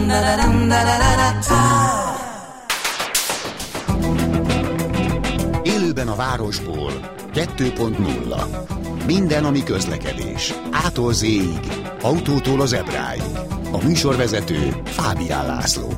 Élőben a városból 2.0. Minden, ami közlekedés. A-tól Z-ig, autótól az ebráig. A műsorvezető Fábián László.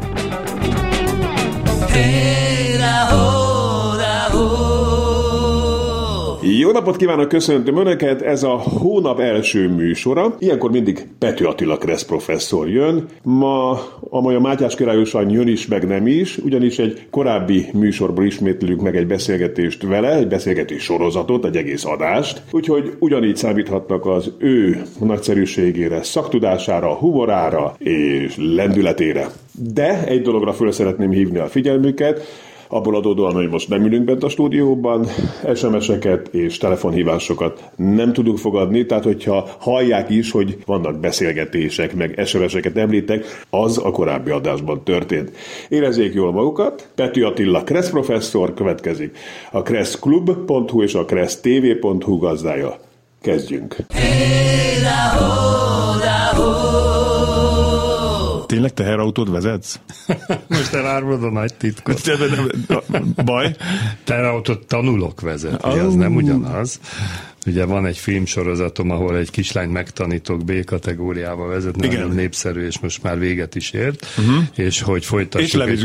Jó napot kívánok, köszöntöm Önöket, ez a hónap első műsora. Ilyenkor mindig Pető Attila Kressz professzor jön. Ma a Mátyás királyosan jön is, meg nem is, ugyanis egy korábbi műsorból ismétlünk meg egy beszélgetést vele, egy beszélgetés sorozatot, egy egész adást. Úgyhogy ugyanígy számíthatnak az ő nagyszerűségére, szaktudására, humorára és lendületére. De egy dologra föl szeretném hívni a figyelmüket, abból adódóan, hogy most nem ülünk bent a stúdióban, SMS-eket és telefonhívásokat nem tudunk fogadni, tehát hogyha hallják is, hogy vannak beszélgetések, meg SMS-eket említek, az a korábbi adásban történt. Érezzék jól magukat, Pető Attila Kressz professzor következik, a kresszklub.hu és a kressztv.hu gazdája. Kezdjünk! Tényleg teherautót vezetsz? Most elárulod a nagy titkot. Baj? Teherautót tanulok vezetni, az nem ugyanaz. Ugye van egy filmsorozatom, ahol egy kislányt megtanítok B-kategóriába vezetni, nagyon népszerű, és most már véget is ért, és hogy folytassuk egy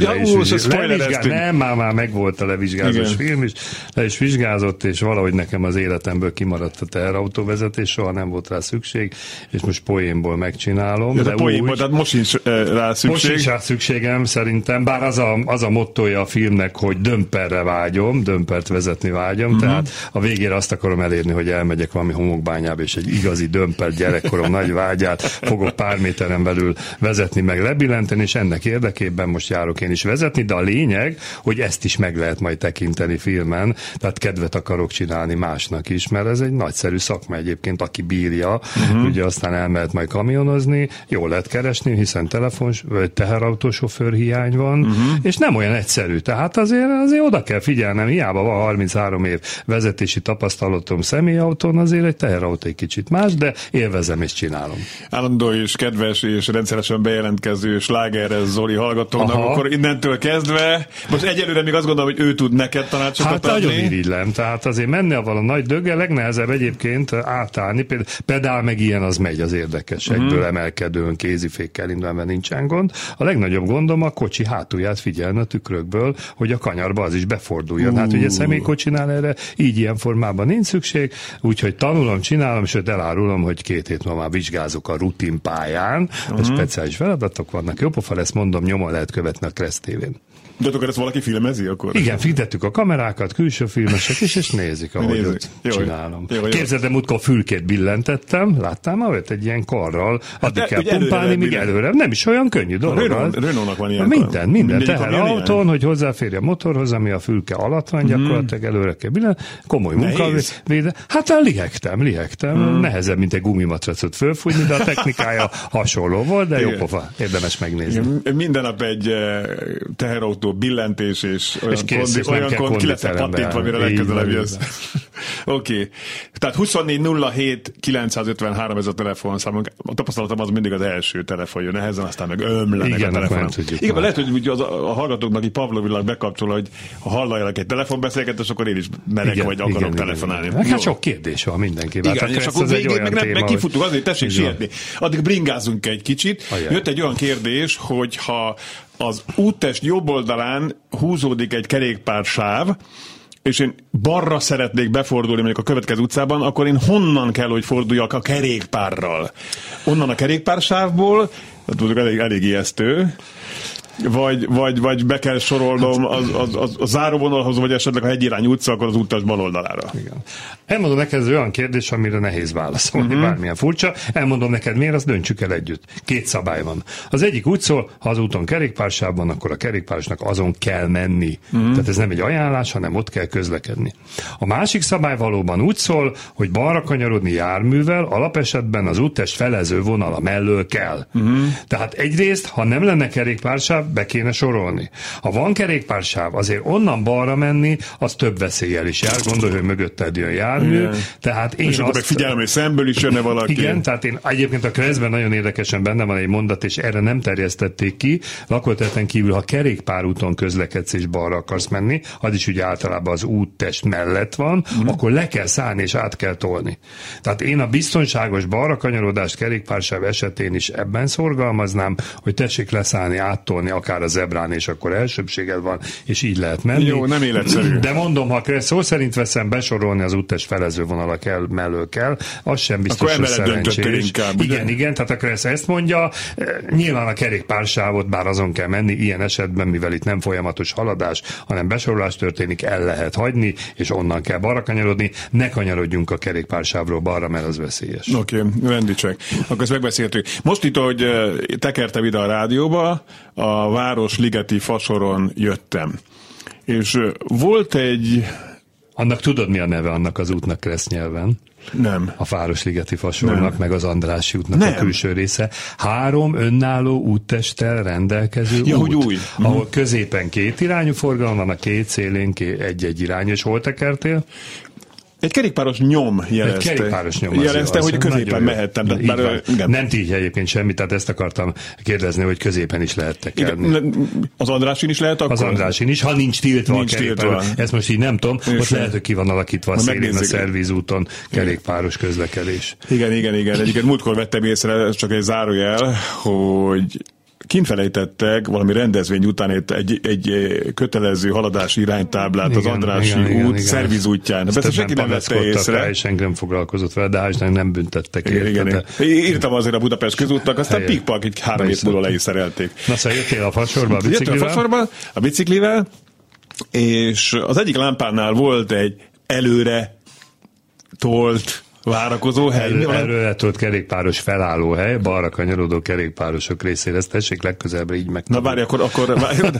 kicsit. Nem, már megvolt a levizsgázós film is, le is vizsgázott, és valahogy nekem az életemből kimaradt a teherautóvezetés, soha nem volt rá szükség, és most poénból megcsinálom. De poénból, tehát most sincs rá szükség. Most sincs rá szükségem, szerintem, bár az a mottója a filmnek, hogy dömperre vágyom, dömpert vezetni vágyom, tehát a végére azt akarom elérni, hogy elmegyek valami homokbányába, és egy igazi dömpert gyerekkorom nagy vágyát fogok pár méteren belül vezetni, meg lebillenteni, és ennek érdekében most járok én is vezetni, de a lényeg, hogy ezt is meg lehet majd tekinteni filmen, tehát kedvet akarok csinálni másnak is, mert ez egy nagyszerű szakma egyébként, aki bírja, ugye aztán elmehet majd kamionozni, jól lehet keresni, hiszen vagy teherautósofőr hiány van, és nem olyan egyszerű, tehát azért oda kell figyelnem, hiába van 33 év vezetési tapasztalatom személyautón, azért egy teherautó egy kicsit más, de élvezem és csinálom. Állandó és kedves és rendszeresen bejelentkező slágeres Zoli hallgatónak, akkor innentől kezdve, most egyelőre még azt gondolom, hogy ő tud neked tanácsokat adni. Nagyon irigylem, tehát azért menni a nagy döggel, legnehezebb egyébként átállni, például pedál meg ilyen az megy az érdekesekből, emelkedőn, kézifékkel indulva nincsen gond. A legnagyobb gondom a kocsi hátulját figyelni a tükrökből, hogy a kanyarba az is beforduljon. Hát ugye személykocsinál erre így ilyen formában nincs szükség, úgyhogy tanulom, csinálom, sőt elárulom, hogy 2 hét múlva már vizsgázok a rutinpályán, a speciális feladatok vannak. Jópofa lesz, mondom, nyomon lehet követni a Kressz TV-n. De akkor ezt valaki filmezi akkor? Igen, figyettük a kamerákat, külső filmesek is, és nézik, ahogy ott csinálom. Képzeld, múltkor fülkét billentettem, láttál már olyat egy ilyen karral, addig kell pumpálni, míg előre. Nem is olyan könnyű dolog. Renault-nak van ilyen. Minden teherautón, hogy hozzáférj a motorhoz, ami a fülke alatt van, gyakorlatilag előre kell billen. Komoly munkavéde. Hát lihegtem. Nehezebb, mint egy gumimatracot fölfújni, de a technikája hasonló volt, de jó pofa, érdemes megnézni. Minden nap egy teherautó billentés, és olyan ki lesz pattintva, mire legközelebb jössz. Oké. Tehát 24 ez a telefonszámunk. A tapasztalatom az mindig az első telefon jön nehezen, aztán meg ömlenek a telefonon. Igen, lehet, hogy a hallgatóknak így pavlovilag bekapcsol, hogy ha halljanak egy telefonbeszélgetést, akkor én is merek vagy akarok telefonálni. Hát sok kérdés van mindenkivel. Igen, és akkor végén meg kifutunk, azért tessék sietni. Addig bringázunk egy kicsit. Jött egy olyan kérdés, hogy ha az úttest jobb oldalán húzódik egy kerékpársáv, és én balra szeretnék befordulni mondjuk a következő utcában, akkor én honnan kell, hogy forduljak a kerékpárral? Onnan a kerékpársávból, elég ijesztő, vagy be kell sorolnom a záróvonalhoz, vagy esetleg a hegyirányú utca, akkor az úttas bal oldalára. Igen. Elmondom neked, ez olyan kérdés, amire nehéz válaszolni, bármilyen furcsa. Elmondom neked, miért, azt döntsük el együtt. 2 szabály van. Az egyik úgy szól, ha az úton kerékpársáv van, akkor a kerékpársnak azon kell menni. Tehát ez nem egy ajánlás, hanem ott kell közlekedni. A másik szabály valóban úgy szól, hogy balra kanyarodni járművel alapesetben az úttest felező vonala mellől kell. Tehát egyrészt, ha nem lenne kerékpársáv, be kéne sorolni. Ha van kerékpársáv, azért onnan balra menni, az több veszéllyel is jár, gondolj, hogy mögötted jön jármű. Igen. Tehát én és akkor meg figyelem, hogy szemből is jönne valaki. Igen, tehát én egyébként a Kreszben nagyon érdekesen benne van egy mondat, és erre nem terjesztették ki. Lakóterületen kívül, ha kerékpárúton közlekedsz és balra akarsz menni, az is ugye általában az úttest mellett van, akkor le kell szállni és át kell tolni. Tehát én a biztonságos balra kanyarodást kerékpársáv esetén is ebben szorgalmaznám, hogy tessék leszállni, áttolni akár a zebrán, és akkor elsőbséged van, és így lehet menni. Jó, nem életszerű. De mondom, ha szó szerint veszem, besorolni az úttest felezővonalak mellől kell, az sem biztos, hogy szerencsés. Igen, tehát a Kressz ezt mondja, nyilván a kerékpársávot, bár azon kell menni, ilyen esetben, mivel itt nem folyamatos haladás, hanem besorolás történik, el lehet hagyni, és onnan kell balra kanyarodni, ne kanyarodjunk a kerékpársávról balra, mert az veszélyes. Oké, rendicsek. Akkor ezt megbeszéltük. Most itt, ahogy tekertem ide a rádióba, a Városligeti Fasoron jöttem. És volt egy... Annak tudod, mi a neve annak az útnak Kressz nyelven? Nem. A Városligeti Fasornak, meg az Andrássy útnak a külső része. 3 önálló úttesttel rendelkező út, új. Ahol középen 2 irányú forgalom van, a 2 szélén egy irányú, és hol tekertél? Egy kerékpáros nyom jelezte. Egy kerékpáros nyom jelezte, hogy középen mehettem. Nem így egyébként semmi, tehát ezt akartam kérdezni, hogy középen is lehet tekerni. Az Andrássyn is lehet akkor? Az Andrássyn is, ha nincs tiltva a kerékpáros. Ezt most így nem tudom, ott lehet, hogy ki van alakítva a szélén a szervízúton kerékpáros közlekedés. Igen. Egyébként múltkor vettem észre, ez csak egy zárójel, hogy kint felejtettek valami rendezvény után egy kötelező haladási iránytáblát az Andrássy út szervizútján. Ezt senki nem vette észre. És senki nem foglalkozott vele, de hál' nem büntettek érte. Írtam azért a Budapest közútnak, aztán pikpak, így 3 hét múlva le is szerelték. Na szóval jöttél a Fasorba a biciklivel? Jöttél a Fasorba a biciklivel, és az egyik lámpánál volt egy előre tolt várakozó hely. Előre tolt kerékpáros felállóhely, balra kanyarodó kerékpárosok részére. Ezt tessék legközelebbre így meg. Na várj, akkor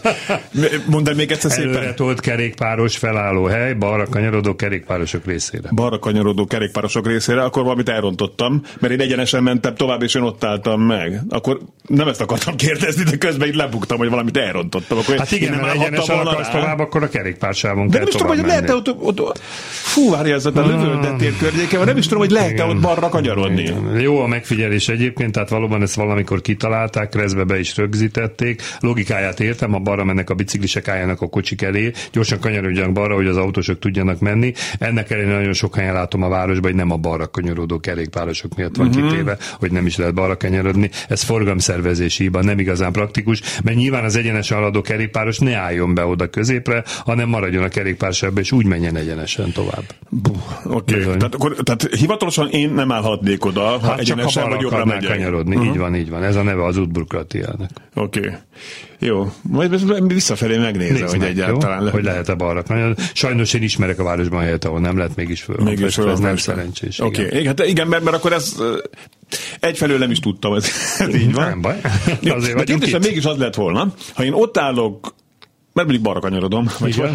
mondd még egyszer szépen. Előre tolt kerékpáros felállóhely, balra kanyarodó kerékpárosok részére. Balra kanyarodó kerékpárosok részére, akkor valamit elrontottam, mert én egyenesen mentem tovább, és én ott álltam meg. Akkor nem ezt akartam kérdezni, de közben így lebuktam, hogy valamit elrontottam. Akkor hát igen, mert egyenesen akarsz tovább, akkor a kerékpársávon kell tovább menni. De nem is tudom, hogy lehet fú, várja, ez a lövöldett tér környéken, nem is tudom, hogy lehet-e ott balra kanyarodni. Igen. Jó a megfigyelés egyébként, tehát valóban ezt valamikor kitalálták, Kreszbe be is rögzítették. Logikáját értem, ha balra mennek a biciklisek, álljanak a kocsik elé, gyorsan kanyarodjanak balra, hogy az autósok tudjanak menni. Ennek ellenére nagyon sok helyen látom a városban, hogy nem a balra kanyarodó kerékpárosok miatt van kitéve, hogy nem is lehet balra kanyarodni. Ez forgalomszervezési hiba, nem igazán praktikus, mert nyilván az egyenesen haladó kerékpáros ne álljon be oda középre, hanem maradjon a kerékpársávba, és úgy menjen egyenesen tovább. Oké. Tehát hivatalosan én nem állhatnék oda, ha egyenesen vagy jobbra megyek. Kanyarodni. Így van. Ez a neve az útbürokratiának. Oké. Jó. Majd visszafelé megnézem, hogy egyáltalán hogy lehet-e balra kanyarodni. Sajnos én ismerek a városban helyet, ahol nem lehet, mégis föl. Ez nem szerencsés. Oké. Hát igen, mert akkor ez egyfelől nem is tudtam, ez így van. Nem baj. De kérdésem mégis az lett volna, ha én ott állok, mert mondjuk balra kanyarodom,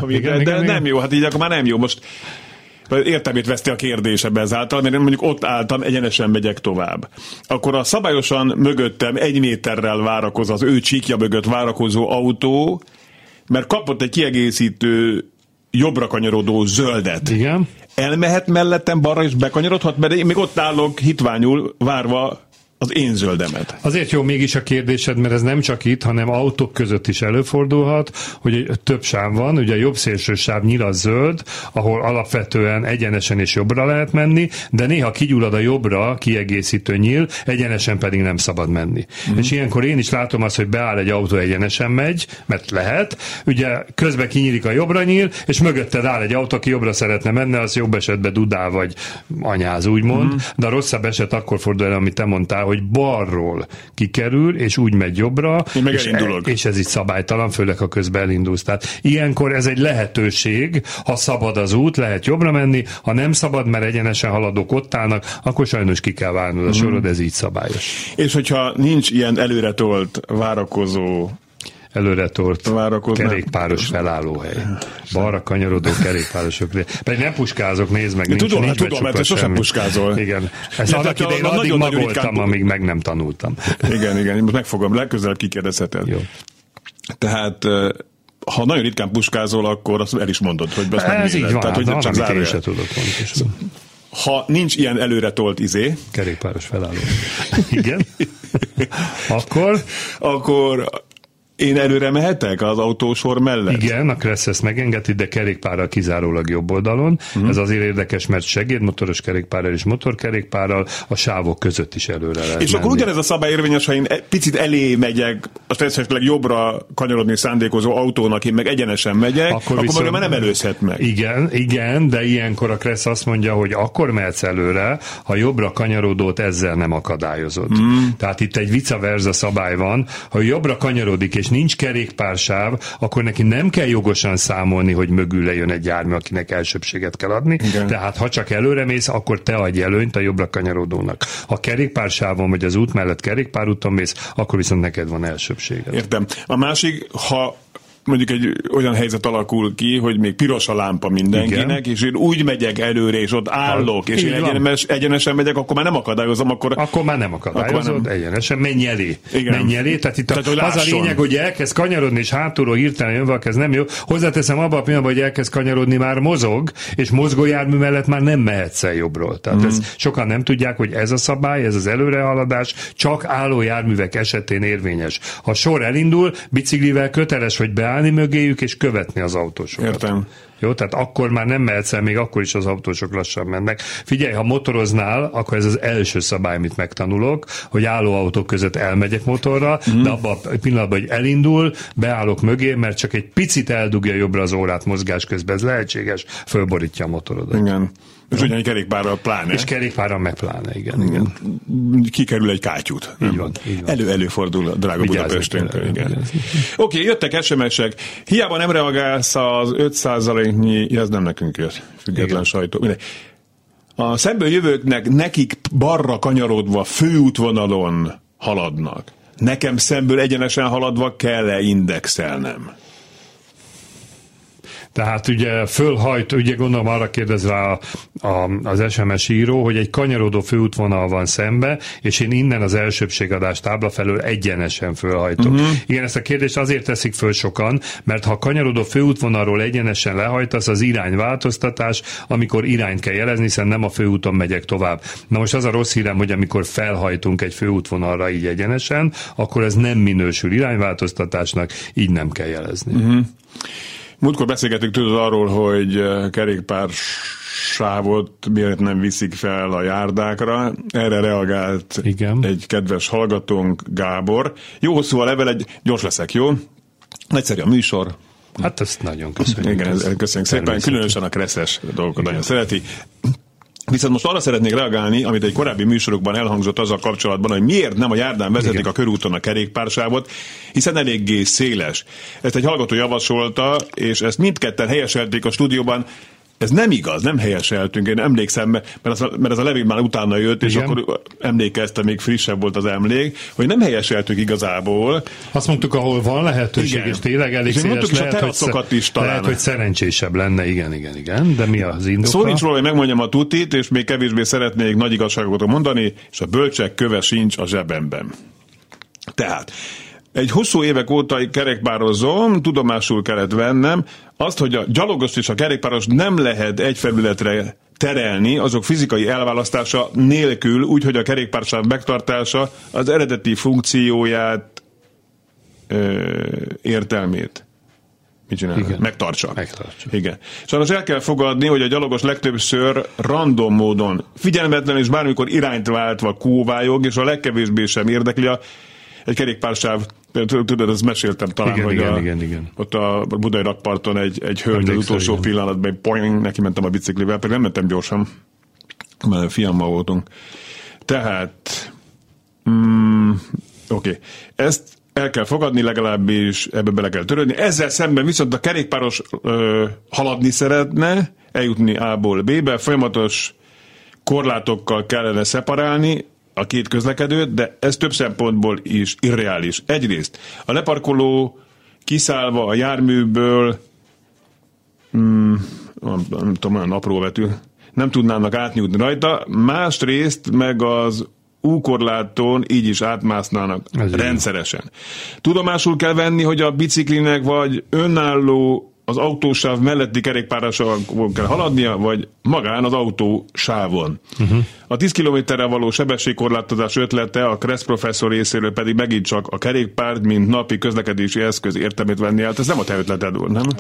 de nem jó, hát így akkor már nem jó. Most értelmét veszti a kérdés ebbe ezáltal, mert én mondjuk ott álltam, egyenesen megyek tovább. Akkor a szabályosan mögöttem 1 méterrel várakozó, az ő csíkja mögött várakozó autó, mert kapott egy kiegészítő jobbra kanyarodó zöldet. Igen. Elmehet mellettem balra és bekanyarodhat, mert én még ott állok hitványul várva az én zöldemet. Azért jó mégis a kérdésed, mert ez nem csak itt, hanem autók között is előfordulhat, hogy több sáv van, ugye a jobb szélső sáv nyilas zöld, ahol alapvetően egyenesen és jobbra lehet menni, de néha kigyullad a jobbra kiegészítő nyíl, egyenesen pedig nem szabad menni. És ilyenkor én is látom azt, hogy beáll egy autó, egyenesen megy, mert lehet, ugye közben kinyílik a jobbra nyíl, és mögötted áll egy autó, aki jobbra szeretne menni, az jobb esetben dudál vagy anyáz, úgymond, de a rosszabb eset akkor fordul el, amit te mondtál, hogy balról kikerül, és úgy megy jobbra, és ez így szabálytalan, főleg ha közben elindulsz. Tehát ilyenkor ez egy lehetőség, ha szabad az út, lehet jobbra menni, ha nem szabad, mert egyenesen haladók ott állnak, akkor sajnos ki kell várnod a sorod, ez így szabályos. És hogyha nincs ilyen előretolt várakozó előretolt kerékpáros felállóhely. Balra kanyarodó kerékpárosok. Pedig nem puskázok, nézd meg, tudom, mert sosem puskázol. Igen. Ezt annak idején addig magoltam, amíg meg nem tanultam. Igen, most megfogom, legközelebb kikérdezheted. Jó. Tehát ha nagyon ritkán puskázol, akkor azt el is mondod, hogy ezt ez így van, tehát, hogy hát, csak amit én se tudok pontosan. Ha nincs ilyen előre tolt kerékpáros felálló. Igen. Akkor én előre mehetek az autósor mellett? Igen, a Kressz ezt megengedi, de kerékpárral kizárólag jobb oldalon. Ez azért érdekes, mert segédmotoros kerékpárral és motorkerékpárral a sávok között is előre lehet És menni. akkor ugyanez a szabály érvényes, ha én picit elé megyek, azt esetleg jobbra kanyarodni szándékozó autónak, én meg egyenesen megyek, akkor viszont már nem előzhet meg. Igen, de ilyenkor a Kressz azt mondja, hogy akkor mehetsz előre, ha jobbra kanyarodót ezzel nem akadályozod. Tehát itt egy vice versa szabály van, ha jobbra kanyarodik és nincs kerékpársáv, akkor neki nem kell jogosan számolni, hogy mögül jön egy jármű, akinek elsőbséget kell adni. Igen. Tehát ha csak előre mész, akkor te adj előnyt a jobbra kanyarodónak. Ha kerékpársávon vagy az út mellett kerékpárúton mész, akkor viszont neked van elsőbséged. Értem. A másik, ha mondjuk egy olyan helyzet alakul ki, hogy még piros a lámpa mindenkinek, igen, és én úgy megyek előre, és ott állok, és én egyenesen megyek, akkor már nem akadályozom, akkor már nem akadályozod, egyenesen, menj elé. Tehát itt az a lényeg, hogy elkezd kanyarodni, és hátulról hirtelen jön valaki, ez nem jó. Hozzáteszem, abban a pillanatban, hogy elkezd kanyarodni, már mozog, és mozgójármű mellett már nem mehetsz el jobbról. Tehát ezt sokan nem tudják, hogy ez a szabály, ez az előrehaladás csak álló járművek esetén érvényes. Ha sor elindul, biciklivel köteles, hogy beállni mögéjük, és követni az autósokat. Értem. Jó, tehát akkor már nem mehetsz el, még akkor is az autósok lassan mennek. Figyelj, ha motoroznál, akkor ez az első szabály, amit megtanulok, hogy álló autók között elmegyek motorra, de abban a pillanatban, hogy elindul, beállok mögé, mert csak egy picit eldugja jobbra az órát mozgás közben, ez lehetséges, fölborítja a motorodat. Igen. És ugyan kerékpárral pláne. És kerékpárral meg pláne, igen. Kikerül egy kátyút. Így van. Előfordul a drága Budapesten. Oké, jöttek SMS-ek. Hiába nem reagálsz az 5%-nyi, ez nem nekünk jött, független sajtó. A szemből jövőknek nekik balra kanyarodva főútvonalon haladnak. Nekem szemből egyenesen haladva kell-e indexelnem? Tehát ugye fölhajt, ugye gondolom arra kérdez rá az SMS író, hogy egy kanyarodó főútvonal van szembe, és én innen az elsőbségadás tábla felől egyenesen fölhajtok. Igen, ezt a kérdést azért teszik föl sokan, mert ha kanyarodó főútvonalról egyenesen lehajtasz, az irányváltoztatás, amikor irányt kell jelezni, hiszen nem a főúton megyek tovább. Na most az a rossz hírem, hogy amikor felhajtunk egy főútvonalra így egyenesen, akkor ez nem minősül irányváltoztatásnak, így nem kell jelezni. Múltkor beszélgettünk tudod arról, hogy kerékpársávot miért nem viszik fel a járdákra. Erre reagált egy kedves hallgatónk, Gábor. Jó hosszú a level, gyors leszek, jó? Nagyszerű a műsor. Hát ezt nagyon köszönjük. Igen, köszönjük szépen. Különösen a kresszes dolgokat nagyon szereti. Viszont most arra szeretnék reagálni, amit egy korábbi műsorokban elhangzott azzal kapcsolatban, hogy miért nem a járdán vezetik a körúton a kerékpársávot, hiszen eléggé széles. Ezt egy hallgató javasolta, és ezt mindketten helyeselték a stúdióban. Ez nem igaz, nem helyeseltünk, én emlékszem, mert ez a levél már utána jött, és akkor emlékeztem, még frissebb volt az emlék, hogy nem helyeseltünk igazából. Azt mondtuk, ahol van lehetőség, és tényleg elég és széles, lehet, hogy szerencsésebb lenne, igen, de mi az indoka? Szó nincs róla, hogy megmondjam a tutit, és még kevésbé szeretnék nagy igazságokat mondani, és a bölcsek köve sincs a zsebemben. Tehát egy hosszú évek óta kerékpározom, tudomásul kellett vennem azt, hogy a gyalogost és a kerékpáros nem lehet egy felületre terelni, azok fizikai elválasztása nélkül, úgy, hogy a kerékpársáv megtartása az eredeti funkcióját, értelmét. Mit csinál? Megtartsa. Igen. Sajnos el kell fogadni, hogy a gyalogos legtöbbször random módon, figyelmetlen és bármikor irányt váltva kóvályog, és a legkevésbé sem érdekli egy kerékpársáv. Tudod, ezt meséltem talán, igen. Ott a budai rakparton egy hölgy az utolsó pillanatban poing, neki mentem a biciklivel, pedig nem mentem gyorsan, mert fiammal voltunk. Tehát oké. Ezt el kell fogadni, legalábbis ebbe bele kell törődni. Ezzel szemben viszont a kerékpáros haladni szeretne, eljutni A-ból B-be, folyamatos korlátokkal kellene szeparálni a két közlekedőt, de ez több szempontból is irreális. Egyrészt a leparkoló kiszállva a járműből nem tudom, olyan apró betű, nem tudnának átnyújtni rajta, másrészt meg az U-korláton így is átmásznának rendszeresen. Tudomásul kell venni, hogy a biciklinek vagy önálló az autósáv melletti kerékpárosávon kell haladnia, vagy magán az autósávon. A 10 km-re való sebességkorlátozás ötlete a Kressz professzor részéről pedig megint csak a kerékpárt, mint napi közlekedési eszköz értelmét venni el. Ez nem a te ötleted volt, nem?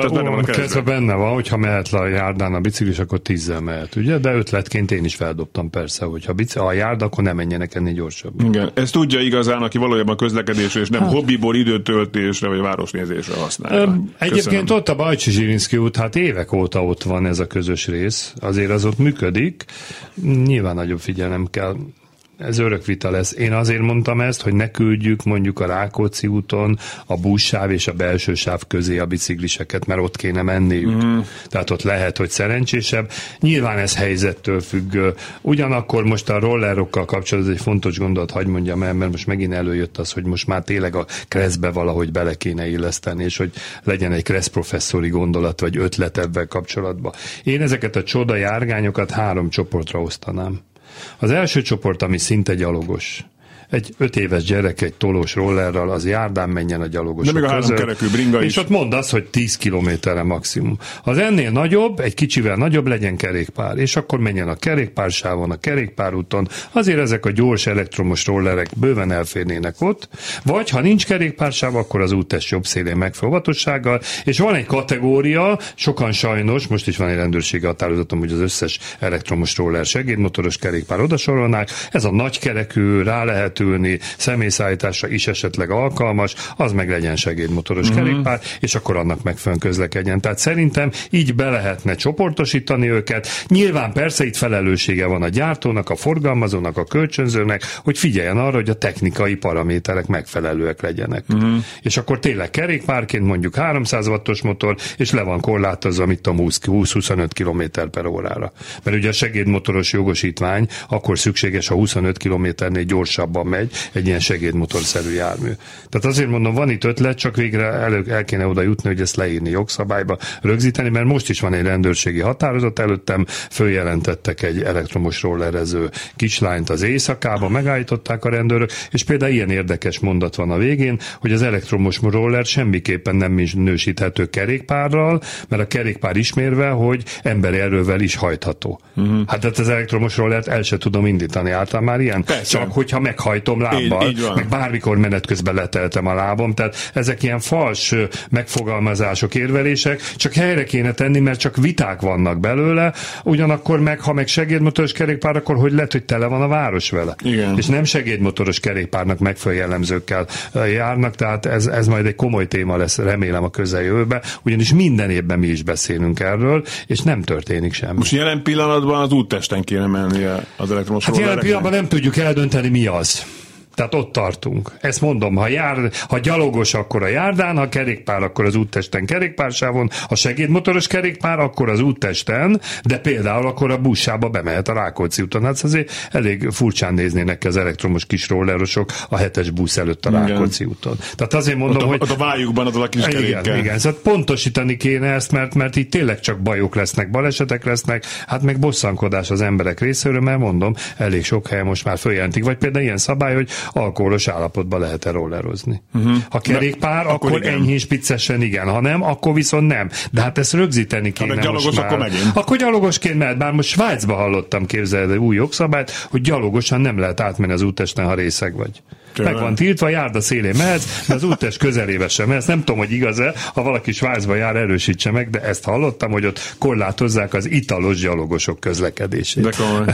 Benne van, hogyha mehet le a járdán a biciklis, akkor 10-zel mehet, ugye? De ötletként én is feldobtam persze, hogy ha a járda, akkor nem menjenek ennél gyorsabban. Igen, ezt tudja igazán, aki valójában közlekedésre és nem hobbiból időtöltésre vagy városnézésre használja. Egyébként ott a Bajcsi Zsirinszky út, hát évek óta ott van ez a közös rész, azért az ott működik, nyilván nagyobb figyelem kell. Ez örök vita lesz. Én azért mondtam ezt, hogy ne küldjük mondjuk a Rákóczi úton a buszsáv és a belső sáv közé a bicikliseket, mert ott kéne menniük. Tehát ott lehet, hogy szerencsésebb. Nyilván ez helyzettől függ. Ugyanakkor most a rollerokkal kapcsolatban egy fontos gondolat, hadd mondjam el, mert most megint előjött az, hogy most már tényleg a Kresszbe valahogy bele kéne illeszteni, és hogy legyen egy Kressz professzori gondolat, vagy ötlet ebben kapcsolatban. Én ezeket a csoda járgányokat 3 csoportra osztanám. Az első csoport, ami szinte gyalogos. Egy 5 éves gyerek egy tolós rollerral az járdán menjen a gyalogosok között. De még a 3 kerekű bringa is. És ott mondd azt, hogy 10 kilométerre maximum. Az ennél nagyobb, egy kicsivel nagyobb legyen kerékpár, és akkor menjen a kerékpársávon, a kerékpárúton. Azért ezek a gyors elektromos rollerek bőven elférnének ott, vagy ha nincs kerékpársáv, akkor az úttest jobb szélén megfelelő óvatossággal, és van egy kategória, sokan sajnos, most is van egy rendőrségi határozatom, hogy az összes elektromos roller segédmotoros kerékpár odasorolnák, ez a nagykerekű, rá lehet ülni, személyszállításra is esetleg alkalmas, az meg legyen segédmotoros kerékpár, és akkor annak megfelelően közlekedjen. Tehát szerintem így be lehetne csoportosítani őket. Nyilván persze itt felelőssége van a gyártónak, a forgalmazónak, a kölcsönzőnek, hogy figyeljen arra, hogy a technikai paraméterek megfelelőek legyenek. És akkor tényleg kerékpárként mondjuk 300 wattos motor, és le van korlátozva, mit tudom, 20-25 km/órára. Mert ugye a segédmotoros jogosítvány akkor szükséges, ha 25 km-nél gyorsabban megy egy ilyen segédmotorszerű jármű. Tehát azért mondom, van itt ötlet, csak végre el kéne oda jutni, hogy ezt leírni jogszabályba, rögzíteni, mert most is van egy rendőrségi határozat, előttem följelentettek egy elektromos rollerező kislányt az éjszakába, megállították a rendőrök, és például ilyen érdekes mondat van a végén, hogy az elektromos roller semmiképpen nem minősíthető kerékpárral, mert a kerékpár ismérve, hogy emberi erővel is hajtható. Hát az elektromos rollert el se tudom indítani, általán már ilyen. Persze. Csak hogyha meghajtom lábbal, így meg bármikor menet közben leteltem a lábam, tehát ezek ilyen fals megfogalmazások, érvelések, csak helyre kéne tenni, mert csak viták vannak belőle, ugyanakkor meg, ha meg segédmotoros kerékpár, akkor hogy lehet, hogy tele van a város vele. Igen. És nem segédmotoros kerékpárnak megfelelő jellemzőkkel járnak, tehát ez majd egy komoly téma lesz, remélem a közeljövőben, ugyanis minden évben mi is beszélünk erről, és nem történik semmi. Most jelen pillanatban az úttesten kéne mennie az elektromos rollereknek. Jelen pillanatban nem tudjuk eldönteni, mi az. Tehát ott tartunk. Ezt mondom, ha gyalogos, akkor a járdán, ha kerékpár, akkor az úttesten kerékpársávon, ha segédmotoros kerékpár, akkor az úttesten, de például akkor a buszsába bemehet a Rákóczi úton. Hát azért elég furcsán néznének az elektromos kis rollerosok a 7-es busz előtt a Rákóczi úton. Tehát azért mondom, hogy... Ott a vájukban az a kis kerékkel. Igen. Szóval pontosítani kéne ezt, mert így tényleg csak bajok lesznek, balesetek lesznek, hát meg bosszankodás az emberek részéről, mert mondom, elég sok helyen most már följelentik. Vagy például ilyen szabály, hogy alkoholos állapotban lehet-e rollerozni. Ha kerékpár, akkor enyhén spiccesen igen, ha nem, akkor viszont nem. De hát ezt rögzíteni kéne gyalogos, most már. Akkor megint. Akkor gyalogosként mehet, bár most Svájcban hallottam, képzelni új jogszabályt, hogy gyalogosan nem lehet átmenni az úttesten, ha részeg vagy. Meg van tiltva, járda szélén mehetsz, de az úttest közelébe sem mehetsz. Nem tudom, hogy igaz-e, ha valaki Svájcba jár, erősítse meg, de ezt hallottam, hogy ott korlátozzák az italos gyalogosok közlekedését. De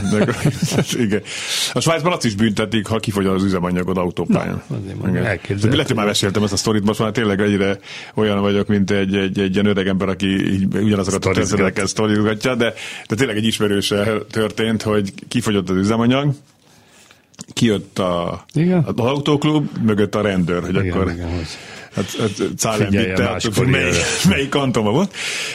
igen. A Svájcban azt is büntetik, ha kifogy az üzemanyagod autópályán. Lehet, hogy már meséltem ezt a sztorit, most már tényleg egyre olyan vagyok, mint egy ilyen öreg ember, aki ugyanazokat a történeteket sztorizgatja, de tényleg egy ismerőssel történt, hogy kifogyott az üzemanyag, kijött az autóklub, mögött a rendőr, hogy igen, akkor Cálem vitte, melyik kantonban volt,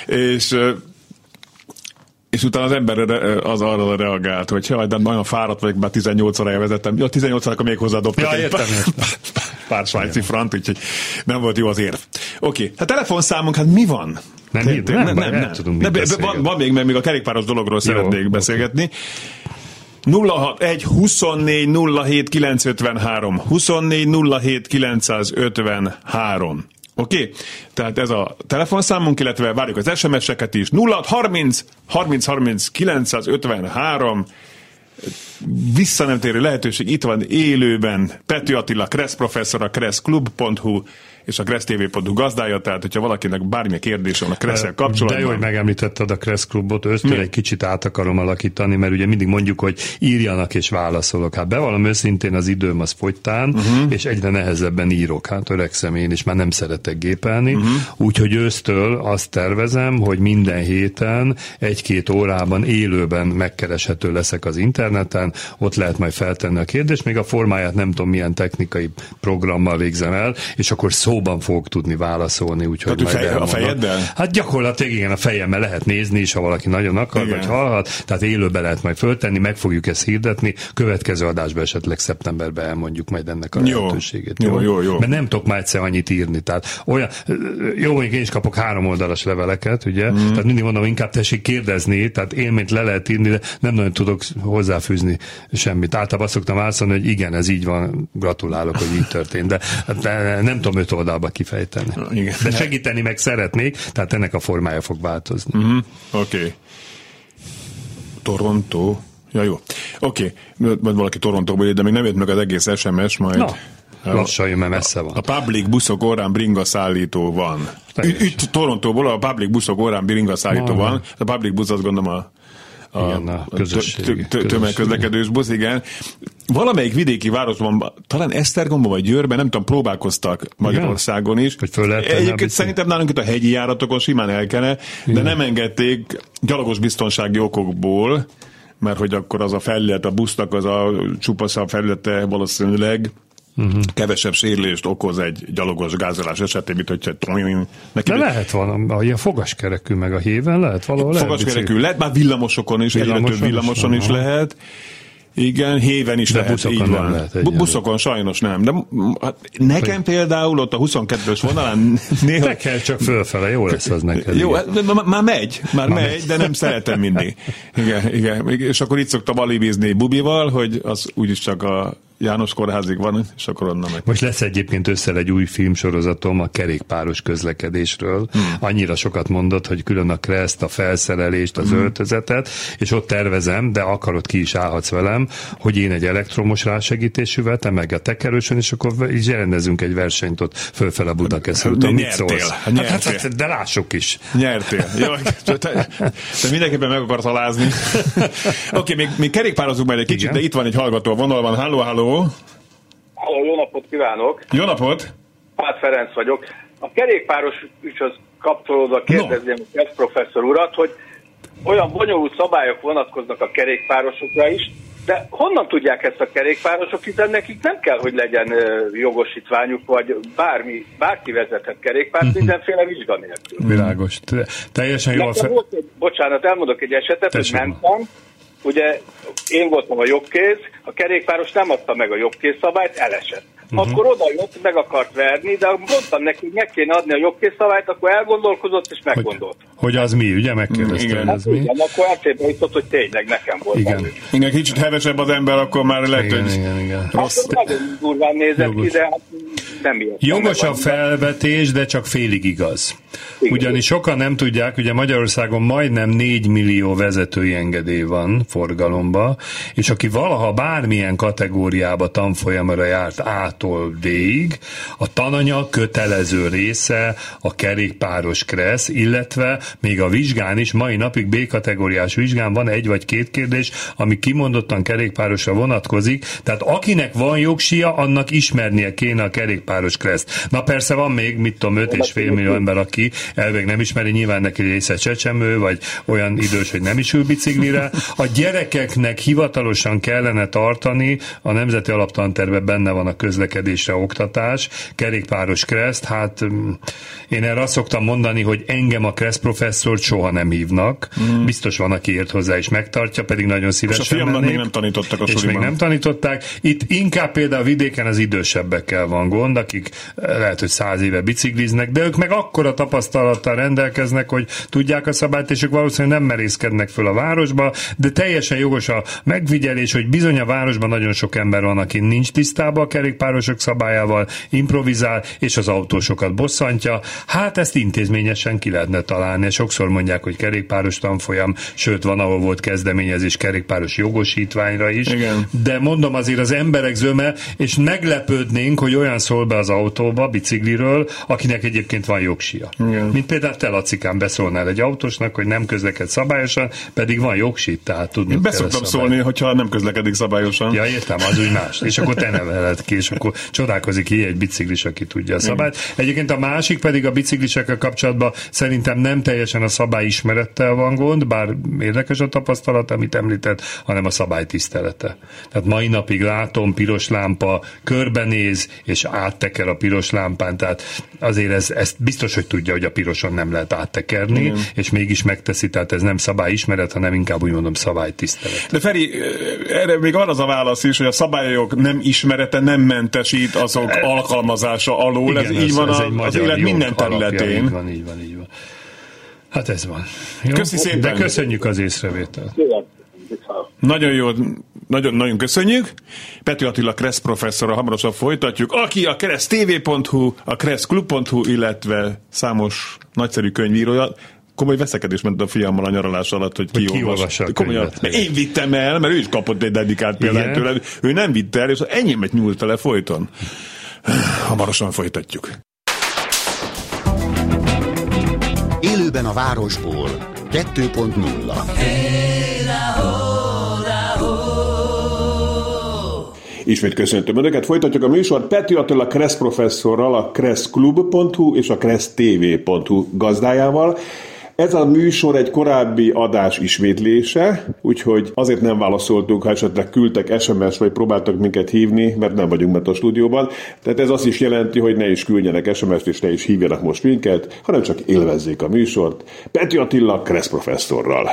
és utána az ember az arra reagált, hogy de nagyon fáradt vagyok, már 18 órája vezettem. 18 órakor még hozzádobtak pár svájci frant, úgyhogy nem volt jó az érv. Oké, hát telefonszámunk, hát mi van? Nem tudunk mit beszélgetni. Van még, mert még a kerékpáros dologról szeretnék beszélgetni. 061 24 07 953. 24 07 953. Oké? Tehát ez a telefonszámunk, illetve várjuk az SMS-eket is. 0630 30 30 953. Visszanemtérő lehetőség itt van élőben. Pető Attila, Kressz professzor, a kresszklub.hu és a kressztv.hu gazdája, tehát hogyha valakinek bármilyen kérdése van a Kresszel kapcsolatban. De jó, hogy megemlítetted a Kressz klubot, ősztől egy kicsit át akarom alakítani, mert ugye mindig mondjuk, hogy írjanak és válaszolok. Hát bevallom őszintén, az időm az fogytán, és egyre nehezebben írok. Hát öregszem én, és már nem szeretek gépelni. Úgyhogy ősztől azt tervezem, hogy minden héten 1-2 órában élőben megkereshető leszek az interneten, ott lehet majd feltenni a kérdést, még a formáját nem tudom milyen technikai programmal végzem el, és akkor szóban fogok tudni válaszolni, úgyhogy tehát a fejeddel? Hát gyakorlatilag igen, a fejemmel lehet nézni is, ha valaki nagyon akar, igen, vagy hallhat, tehát élőben lehet majd föltenni, meg fogjuk ezt hirdetni, következő adásban esetleg szeptemberben elmondjuk majd ennek a lehetőségét. Jó. Mert nem tudok már egyszer annyit írni, tehát olyan, jó, mondjuk én is kapok 3 oldalas leveleket, ugye, tehát mindig mondom, inkább tessék kérdezni, tehát élményt le lehet írni, de nem nagyon tudok hozzáfűzni semmit. Általában szoktam válaszolni, hogy igen, ez így van, gratulálok, hogy így történt, de nem tudom 5 oldalba kifejteni. Igen. De segíteni meg szeretnék, tehát ennek a formája fog változni. Oké. Toronto. Ja, jó. Oké. Majd valaki Torontóból, de még nem jött meg az egész SMS, majd... Na, lassan jön, mert messze van. A public buszok órán bringa szállító van. Itt Torontóból a public buszok órán bringa szállító van. A public busz, azt gondolom a tömegközlekedős busz, igen. Valamelyik vidéki városban, talán Esztergomban vagy Győrben, nem tudom, próbálkoztak Magyarországon is. Egyébként szerintem nálunk itt a hegyi járatokon simán elkene, de nem engedték gyalogos biztonsági okokból, mert hogy akkor az a felület, a busznak az a csupaszabb felülete valószínűleg kevesebb sérülést okoz egy gyalogos gázolás esetén, mint hogyha... De lehet valami, a fogaskerekű meg a héven lehet valahol. Fogaskerekű lehet, már villamosokon is, egyre több villamoson is lehet. Igen, héven is lehet, így van. Lehet buszokon sajnos nem. De nekem például ott a 22-ös vonalán néha... Te kell csak fölfele, jó lesz az neked. Jó, már megy, de nem szeretem mindig. Igen. És akkor itt szoktam alibizni Bubival, hogy az úgyis csak a János Kórházig van, és akkor onnan meg. Most lesz egyébként össze egy új filmsorozatom a kerékpáros közlekedésről. Annyira sokat mondott, hogy külön a kreszt, a felszerelést, az öltözetet, és ott tervezem, de akarod, ki is állhatsz velem, hogy én egy elektromos rásegítésű vettem, meg a tekerősön, és akkor is rendezünk egy versenyt ott fölfele Budakeszi úton. Mit szólsz? Hát, de lássuk is. Nyertél. Te mindenképpen meg akarsz alázni. Oké, még kerékpározunk majd egy kicsit, de itt van egy hallgató a vonalban. Halló. Halló, jó napot kívánok! Jó napot! Pát Ferenc vagyok. A kerékpáros ügyhöz kapcsolódva kérdezném a Kressz professzor urat, hogy olyan bonyolult szabályok vonatkoznak a kerékpárosokra is, de honnan tudják ezt a kerékpárosok, hiszen nekik nem kell, hogy legyen jogosítványuk, vagy bárki vezethet kerékpárt, mindenféle vizsga nélkül. Világos. Teljesen jól... Bocsánat, elmondok egy esetet, hogy mentem. Ugye én voltam a jobbkéz, a kerékpáros nem adta meg a jobbkéz szabályt, elesett. Akkor oda jött, meg akart verni, de mondtam neki, hogy meg kéne adni a jobbkéz szabályt, akkor elgondolkozott és meggondolt. Hogy az mi, ugye? Megkérdeztem, hogy az mi? Igen, akkor eszébe jutott, hogy tényleg nekem volt. Igen, kicsit hevesebb az ember, akkor már lehet, hogy rossz. Akkor nagyon durván nézett ki, de nem ilyet. Jogos a felvetés, de csak félig igaz. Ugyanis sokan nem tudják, ugye Magyarországon majdnem 4 millió vezetői engedély van forgalomba, és aki valaha bármilyen kategóriába tanfolyamra járt A-tól D-ig, a tananyag kötelező része a kerékpáros kressz, illetve még a vizsgán is, mai napig B-kategóriás vizsgán van 1 vagy 2 kérdés, ami kimondottan kerékpárosra vonatkozik, tehát akinek van jogsia, annak ismernie kéne a kerékpáros kreszt. Na persze van még, 5,5 millió ember, aki elvég nem ismeri, nyilván neki része csecsemő, vagy olyan idős, hogy nem is ül biciklire. A gyerekeknek hivatalosan kellene tartani, a Nemzeti Alaptantervben benne van a közlekedésre oktatás, kerékpáros kreszt, hát én erre azt szoktam mondani, hogy engem a Kressz professzort soha nem hívnak. Biztos van, aki ért hozzá és megtartja, pedig nagyon szívesen és a fiamnak még nem tanítottak a suliban. És még nem tanították. Itt inkább például vidéken az idősebbekkel van gond, úgymond, akik lehet, hogy 100 éve bicikliznek, de ők meg akkora tapasztalattal rendelkeznek, hogy tudják a szabályt, és ők valószínűleg nem merészkednek föl a városba, de teljesen jogos a megfigyelés, hogy bizony a városban nagyon sok ember van, aki nincs tisztában a kerékpárosok szabályával, improvizál, és az autósokat bosszantja. Hát ezt intézményesen ki lehetne találni. Sokszor mondják, hogy kerékpáros tanfolyam, sőt van, ahol volt kezdeményezés kerékpáros jogosítványra is. Igen. De mondom, azért az emberek zöme, és meglepődnénk, hogy olyan szól be az autóba, bicikliről, akinek egyébként van jogsia. Igen. Mint például te, Lacikán, beszólnál egy autósnak, hogy nem közleked szabályosan, pedig van jogsit, tehát tudni. Beszoktam szólni, hogyha nem közlekedik szabályosan. Ja, értem, az úgy más. És akkor te neveled ki, és akkor csodálkozik ki egy biciklis, aki tudja a szabályt. Egyébként a másik pedig a biciklisekkel kapcsolatban szerintem nem teljesen a szabály ismerettel van gond, bár érdekes a tapasztalat, amit említett, hanem a szabály tisztelete. Tehát mai napig látom, piros lámpa, körbenéz, és átteker a piros lámpán, tehát azért ezt biztos, hogy tudja, hogy a piroson nem lehet áttekerni, és mégis megteszi, tehát ez nem szabályismeret, hanem inkább úgy mondom szabálytisztelet. De Feri, erre még van az a válasz is, hogy a szabályok nem ismerete nem mentesít azok alkalmazása alól. Igen, ez így van az élet minden területén. Így van. Hát ez van. Jó? Köszi szépen. De köszönjük az észrevételt. Nagyon jó, nagyon köszönjük. Pető Attila Kressz professzorral hamarosan folytatjuk, aki a kressztv.hu, a kresszklub.hu, illetve számos nagyszerű könyvírója. Komoly veszekedés ment a fiammal a nyaralás alatt, hogy kiolvassa. Én vittem el, mert ő is kapott egy dedikált példányt tőled. Ő nem vitte el, és enyémet nyúlt le folyton. Hamarosan folytatjuk. Élőben a városból 2.0. Ismét köszöntöm Önöket, folytatjuk a műsort Pető Attila Kressz professzorral, a kresszklub.hu és a kressztv.hu gazdájával. Ez a műsor egy korábbi adás ismétlése, úgyhogy azért nem válaszoltunk, ha esetleg küldtek SMS vagy próbáltak minket hívni, mert nem vagyunk bent a stúdióban. Tehát ez azt is jelenti, hogy ne is küldjenek SMS-t és ne is hívjanak most minket, hanem csak élvezzék a műsort Pető Attila Kressz professzorral.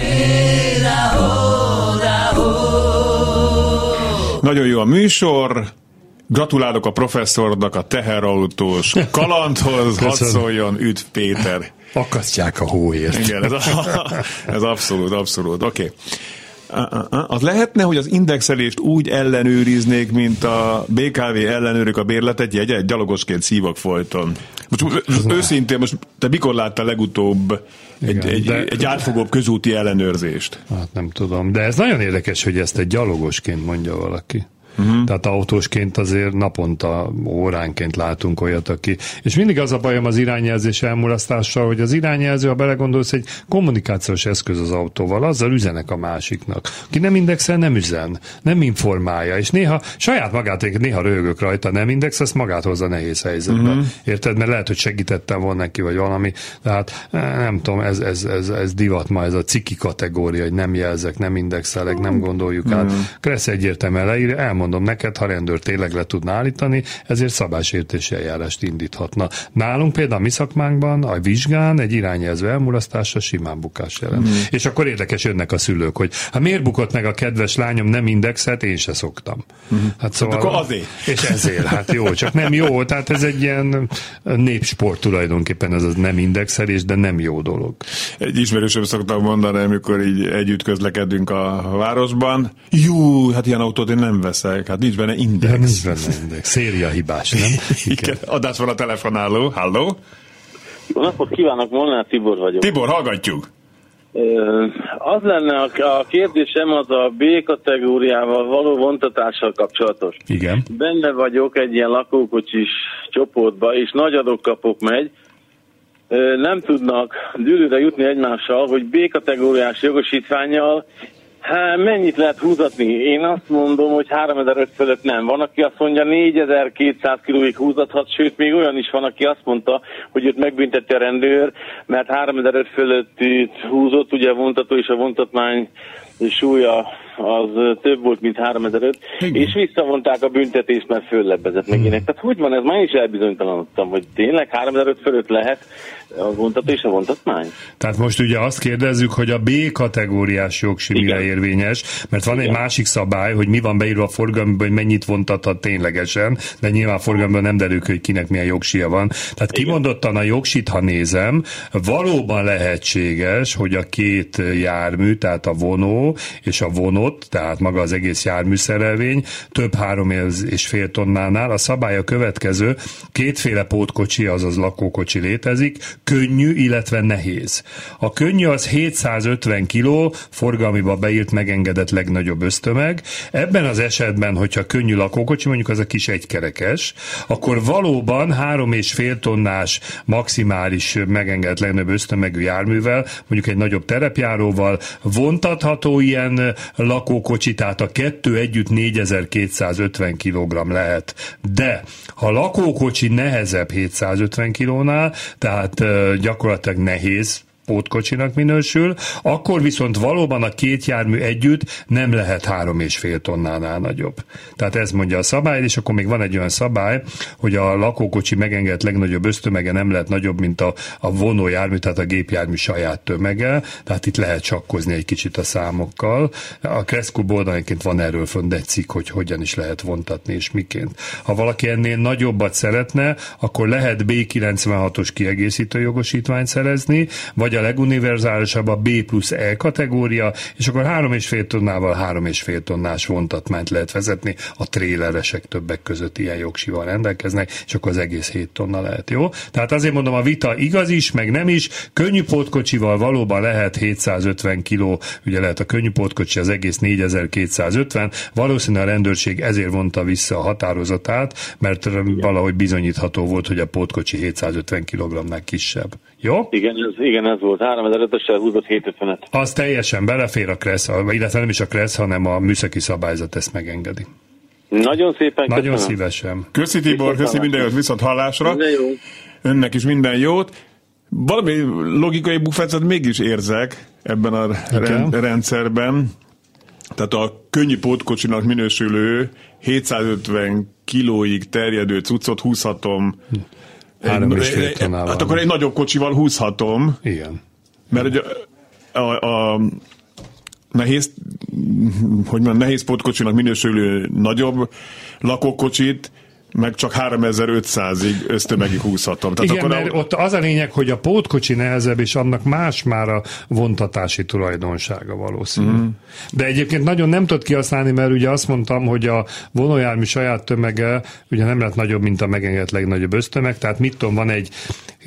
Nagyon jó a műsor. Gratulálok a professzornak a teherautós kalandhoz. Hadd szóljon, üdv Péter. Akasztják a hóért. Igen, ez abszolút. Oké. Az lehetne, hogy az indexelést úgy ellenőriznék, mint a BKV ellenőrök a bérletet, jegyet, gyalogosként szívok folyton. Most őszintén, te mikor láttál legutóbb egy átfogóbb közúti ellenőrzést? Hát nem tudom, de ez nagyon érdekes, hogy ezt egy gyalogosként mondja valaki. Tehát autósként azért naponta, óránként látunk olyat, aki... És mindig az a bajom az irányjelzés elmulasztással, hogy az irányjelző, ha belegondolsz, egy kommunikációs eszköz az autóval, azzal üzenek a másiknak. Aki nem indexel, nem üzen, nem informálja, és néha saját magát, néha röhögök rajta, nem index, ezt magát hozza nehéz helyzetbe. Érted? Mert lehet, hogy segítettem volna neki, vagy valami. Tehát nem tudom, ez divat ma, ez a ciki kategória, hogy nem jelzek, nem indexelek, nem gondoljuk át. Kressz egyértelműen leír, elmondom neked, ha rendőr tényleg le tudna állítani, ezért szabálysértési eljárást indíthatna. Nálunk például a mi szakmánkban, a vizsgán egy irányjelző elmulasztása simán bukás jelent. És akkor érdekes, jönnek a szülők, hogy hát miért bukott meg a kedves lányom, nem indexelt, én se szoktam. Hát szóval, akkor azért. És ezért, hát jó, csak nem jó, tehát ez egy ilyen népsport tulajdonképpen, ez az nem indexelés, de nem jó dolog. Egy ismerősöm szoktam mondani, amikor így együtt közlekedünk a városban, jó, hát ilyen autót én nem veszek, hát nincs benne index. Ja, nincs benne index. Széria hibás, nem? Igen. Adás van a telefonáló. Halló? Jó napot kívánok, Molnár Tibor vagyok. Tibor, hallgatjuk. Az lenne a kérdésem, az a B kategóriával való vontatással kapcsolatos. Igen. Benne vagyok egy ilyen lakókocsis csoportba, és nagy adok-kapok megy. Nem tudnak dűlőre jutni egymással, hogy B kategóriás jogosítvánnyal mennyit lehet húzatni? Én azt mondom, hogy 3005 fölött nem. Van, aki azt mondja, 4200 kilóig húzathat, sőt, még olyan is van, aki azt mondta, hogy őt megbüntette a rendőr, mert 3005 fölött húzott, ugye a vontató és a vontatmány súlya az több volt, mint 3500, és visszavonták a büntetést, mert föllebbezett megének. Tehát hogy van ez? Már is elbizonytalanodtam, hogy tényleg 3500 fölött lehet a vontató és a vontatmány? Tehát most ugye azt kérdezzük, hogy a B kategóriás jogsi mire érvényes, mert van egy másik szabály, hogy mi van beírva a forgalomban, hogy mennyit vontathat ténylegesen, de nyilván a forgalomban nem derül ki, hogy kinek milyen jogsia van. Tehát kimondottan a jogsit, ha nézem, valóban lehetséges, hogy a két jármű, tehát a vonó és a vonott, tehát maga az egész járműszerelvény több 3,5 tonnánál. A szabály a következő: kétféle pótkocsi, azaz lakókocsi létezik, könnyű, illetve nehéz. A könnyű az 750 kg, forgalmiba beírt megengedett legnagyobb ösztömeg. Ebben az esetben, hogyha könnyű lakókocsi, mondjuk az a kis egykerekes, akkor valóban 3,5 tonnás maximális megengedett legnagyobb ösztömegű járművel, mondjuk egy nagyobb terepjáróval vontatható ilyen lakókocsi, tehát a kettő együtt 4250 kg lehet. De ha a lakókocsi nehezebb 750 kg-nál, tehát gyakorlatilag nehéz pótkocsinak minősül, akkor viszont valóban a két jármű együtt nem lehet 3,5 tonnánál nagyobb. Tehát ez mondja a szabály, és akkor még van egy olyan szabály, hogy a lakókocsi megengedett legnagyobb ösztömege nem lehet nagyobb, mint a vonójármű, tehát a gépjármű saját tömege, tehát itt lehet sakkozni egy kicsit a számokkal. A Kresszklub oldalánként van erről fönn egy cikk, hogy hogyan is lehet vontatni és miként. Ha valaki ennél nagyobbat szeretne, akkor lehet B96-os kiegészítő jogosítványt szerezni, vagy a leguniverzálisabb a B plusz E kategória, és akkor 3,5 tonnával 3,5 tonnás vontatmányt lehet vezetni. A tréleresek többek között ilyen jogsival rendelkeznek, és akkor az egész 7 tonna lehet, jó? Tehát azért mondom, a vita igaz is, meg nem is. Könnyű pótkocsival valóban lehet 750 kg, ugye lehet a könnyű pótkocsi, az egész 4250, valószínűleg a rendőrség ezért vonta vissza a határozatát, mert valahogy bizonyítható volt, hogy a pótkocsi 750 kg-nál kisebb. Jó? Igen, ez volt. 3500-össel húzott 750-et. Az teljesen belefér a KRESZ, illetve nem is a KRESZ, hanem a műszaki szabályzat ezt megengedi. Nagyon szépen köszönöm. Nagyon szívesen. Köszi Tibor, köszi minden jót, viszont hallásra. Minden jó. Önnek is minden jót. Valami logikai bufetet mégis érzek ebben a rendszerben. Tehát a könnyű pótkocsinak minősülő 750 kilóig terjedő cuccot húzhatom. 3,5 tonnával. Hát akkor egy nagyobb kocsival húzhatom. Igen. Mert ugye a nehéz pótkocsinak minősülő nagyobb lakókocsit meg csak 3500-ig ösztömegig húzhatom. Tehát igen, akkor mert ott az a lényeg, hogy a pótkocsi nehezebb, és annak más már a vontatási tulajdonsága valószínű. De egyébként nagyon nem tudod kihasználni, mert ugye azt mondtam, hogy a vonójármű saját tömege ugye nem lehet nagyobb, mint a megengedett legnagyobb ösztömeg, tehát mit tudom, van egy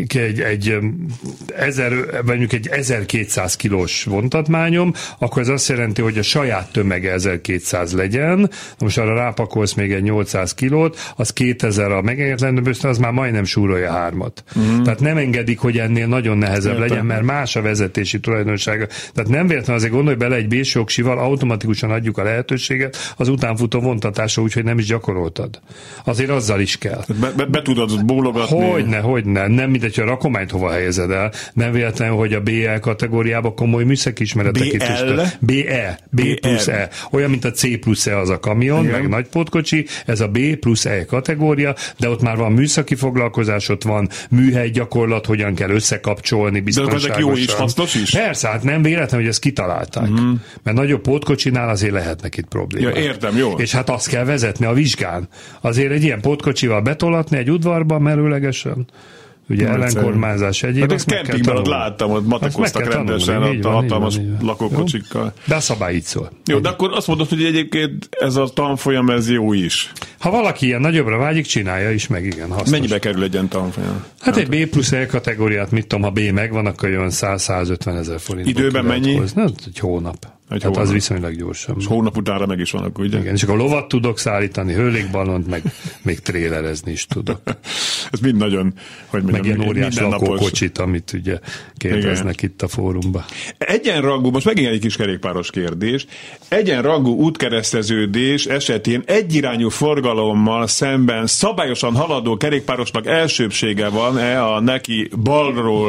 1200 kilós vontatmányom, akkor ez azt jelenti, hogy a saját tömege 1200 legyen, most arra rápakolsz még egy 800 kilót, az 2000 a megengedett legnagyobb ösztömeg, az már majdnem súrolja 3-at. Tehát nem engedik, hogy ennél nagyon nehezebb legyen, mert más a vezetési tulajdonsága. Tehát nem véletlenül azért gondolj bele, egy B-s jogsival automatikusan adjuk a lehetőséget az utánfutó vontatásra, úgyhogy nem is gyakoroltad. Azért azzal is kell. Be tudod bólogatni. Hogyne. Nem mindegy, hogy a rakományt hova helyezed el. Nem véletlenül, hogy a BE kategóriában komoly műszakismeretek itt is. B plusz E. Olyan, mint a C plusz E az a kamion, igen, meg nagy pótkocsi, ez a B plusz E kategória, de ott már van műszaki foglalkozás, ott van műhely gyakorlat, hogyan kell összekapcsolni biztonságosan. De ezek jó is, hasznos is? Persze, hát nem véletlen, hogy ezt kitalálták. Mert nagyobb pótkocsinál azért lehetnek itt problémák. Ja, értem, jó. És hát azt kell vezetni a vizsgán. Azért egy ilyen pótkocsival betolatni egy udvarban merőlegesen, ugye ellenkormányzás egyéb. Hát ezt kempingben láttam, ott matekoztak rendesen a hatalmas lakókocsikkal. De a szabály így szól. Jó, de akkor azt mondod, hogy egyébként ez a tanfolyam, ez jó is. Ha valaki ilyen nagyobbra vágyik, csinálja is, meg igen, hasznos. Mennyibe kerül egy ilyen tanfolyam? Hát egy B plusz E kategóriát, mit tudom, ha B megvan, akkor jön 100-150 ezer forint. Időben mennyi? Egy hónap. Tehát az viszonylag gyorsan. És hónap utánra meg is vannak, ugye? Igen, és akkor lovat tudok szállítani, hőlékballont, meg még trélerezni is tudok. Ez mind nagyon, hogy mondjam, meg ilyen óriás lakókocsit, amit ugye kérdeznek itt a fórumban. Egyenrangú, most megint egy kis kerékpáros kérdés, egyenrangú útkereszteződés esetén egyirányú forgalommal szemben szabályosan haladó kerékpárosnak elsőbbsége van-e a neki balról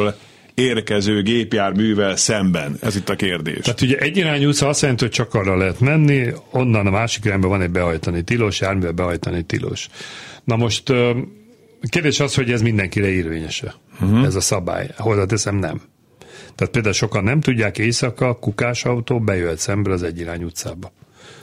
érkező gépjárművel szemben? Ez itt a kérdés. Tehát ugye egyirányú utca azt jelenti, hogy csak arra lehet menni, onnan a másik irányba van egy behajtani tilos, járművel behajtani tilos. Na most kérdés az, hogy ez mindenkire érvényese. Ez a szabály. Hozzáteszem, nem. Tehát például sokan nem tudják, éjszaka kukásautó bejöhet szembe az egyirányú utcába.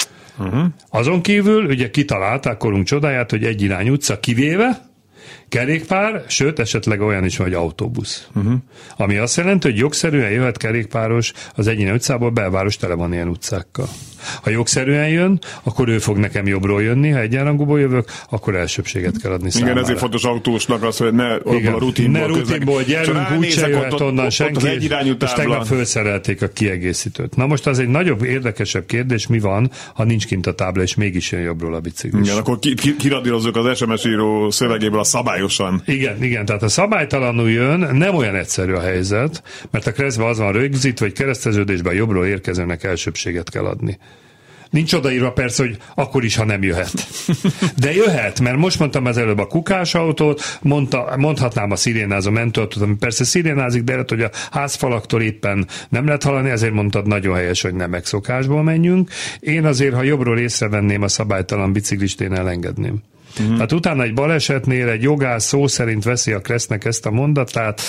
Azon kívül ugye kitalálták korunk csodáját, hogy egyirányú utca kivéve kerékpár, sőt esetleg olyan is, hogy autóbusz. Ami azt jelenti, hogy jogszerűen jöhet kerékpáros az egyirányú utcából, belváros tele van ilyen utcákkal. Ha jogszerűen jön, akkor ő fog nekem jobbról jönni, ha egyenrangúból jövök, akkor elsőbséget kell adni számára. Igen, ezért fontos autósnak az, hogy ne a rutinból gyerünk, úgyse jöhet onnan senki, és tegnap felszerelték a kiegészítőt. Na most az egy nagyobb, érdekesebb kérdés, mi van, ha nincs kint a tábla, és mégis jön jobbról a biciklis. Igen, akkor kiradírozzuk az SMS író szövegéből a szabályosan. Igen, tehát a szabálytalanul jön, nem olyan egyszerű a helyzet, mert a keresztben az van rögzítve, hogy kereszteződésben jobbról érkezőnek elsőbséget kell adni. Nincs odaírva persze, hogy akkor is, ha nem jöhet. De jöhet, mert most mondtam az előbb a kukásautót, mondhatnám a szirénázó mentőautót, ami persze szirénázik, de lehet, hogy a házfalaktól éppen nem lehet hallani, ezért mondtad nagyon helyes, hogy nem megszokásból menjünk. Én azért, ha jobbról észrevenném a szabálytalan biciklist, én elengedném. Tehát utána egy balesetnél egy jogász szó szerint veszi a Kressznek ezt a mondatát,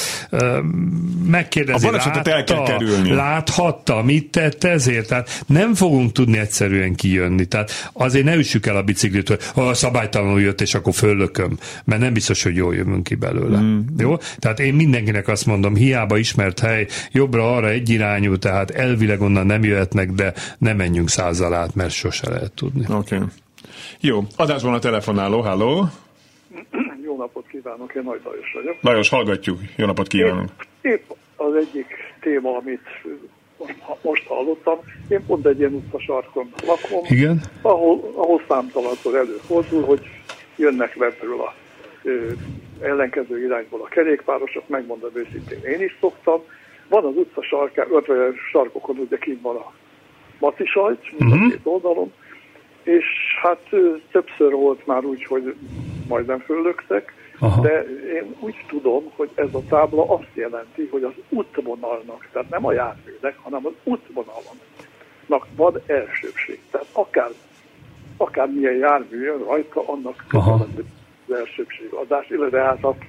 megkérdezi, a balesetet el kell kerülni. Láthatta, mit tett ezért? Tehát nem fogunk tudni egyszerűen kijönni. Tehát azért ne üssük el a biciklit, hogy szabálytalanul jött, és akkor föllököm, mert nem biztos, hogy jól jövünk ki belőle. Jó? Tehát én mindenkinek azt mondom, hiába ismert hely, jobbra-arra egyirányú, tehát elvileg onnan nem jöhetnek, de ne menjünk 100-zal át, mert sose lehet tudni. Oké. Jó, adásban a telefonáló, halló. Jó napot kívánok, én Nagy Lajos vagyok. Lajos, hallgatjuk, jó napot kívánunk. Épp az egyik téma, amit most hallottam, én pont egy ilyen utcasarkon lakom, igen? ahol számtalanszor előfordul, hogy jönnek webről a ellenkező irányból a kerékpárosok, megmondom őszintén, én is szoktam. Van az utca sarkokon, ugye kint van a Maci sajt, mind a két oldalon, és hát többször volt már úgy, hogy majdnem föllöktek, de én úgy tudom, hogy ez a tábla azt jelenti, hogy az útvonalnak, tehát nem a járműnek, hanem az útvonalnak van elsőbség. Tehát akármilyen jármű jön rajta, annak az elsőbségadás, illetve hát a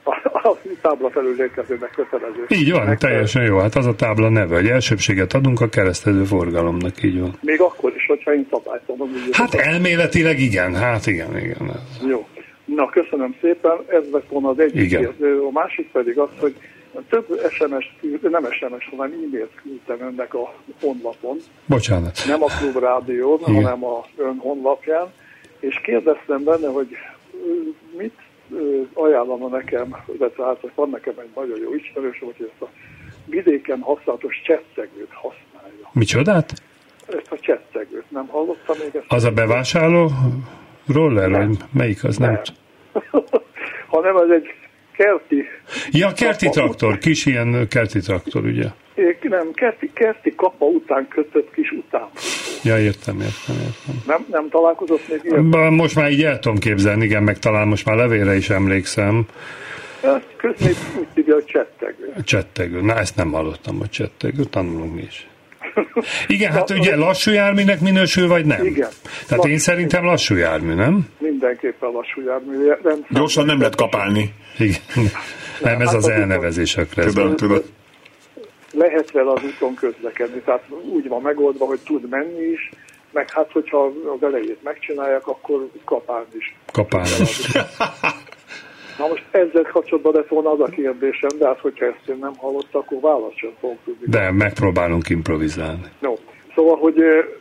tábla felül érkezőnek kötelező. Így van, teljesen jó. Hát az a tábla neve, hogy elsőbséget adunk a keresztező forgalomnak, így van. Még akkor is, hogyha én szabálytalan. Hát elméletileg igen, igen. Jó. Na, köszönöm szépen. Ez lett volna az egyik kérdő. A másik pedig az, hogy több nem SMS, hanem e-mailt küldtem önnek a honlapon. Bocsánat. Nem a Klubrádión, hanem a ön honlapján, és kérdeztem benne, hogy mit ajánlana nekem, illetve hát van nekem egy nagyon jó ismerősöm, hogy ezt a vidéken használatos csettszegőt használja. Micsodát? Ezt a csettszegőt, nem hallottam még ezt? Az a bevásárló roller, vagy melyik az? Nem. Hanem ez egy kerti... Ja, kerti traktor, kis ilyen kerti traktor, ugye? Nem, kerti kapa után kötött kis utánfutó. Ja, értem. Nem találkozott még ilyen? Most már így el tudom képzelni, igen, meg talán most már levélre is emlékszem. Ezt közben úgy hívja, hogy csettegő. Csettegő. Na, ezt nem hallottam, hogy csettegő. Tanulunk mi is. Igen, hát ugye lassú járműnek minősül, vagy nem? Igen. Tehát én szerintem lassú jármű, nem? Mindenképpen lassú jármű. Gyorsan nem lehet kapálni. Igen. Nem, ez az elnevezés a Kresszben. Tudom. Lehet vele az úton közlekedni, tehát úgy van megoldva, hogy tud menni is, meg hát, hogyha az elejét megcsinálják, akkor kapálni is. Kapálni is. Na most ezzel kapcsolatban lett volna az a kérdésem, de hát, hogyha ezt én nem hallottam, akkor választ sem fogok tudni. De megpróbálunk improvizálni. No. Szóval, hogy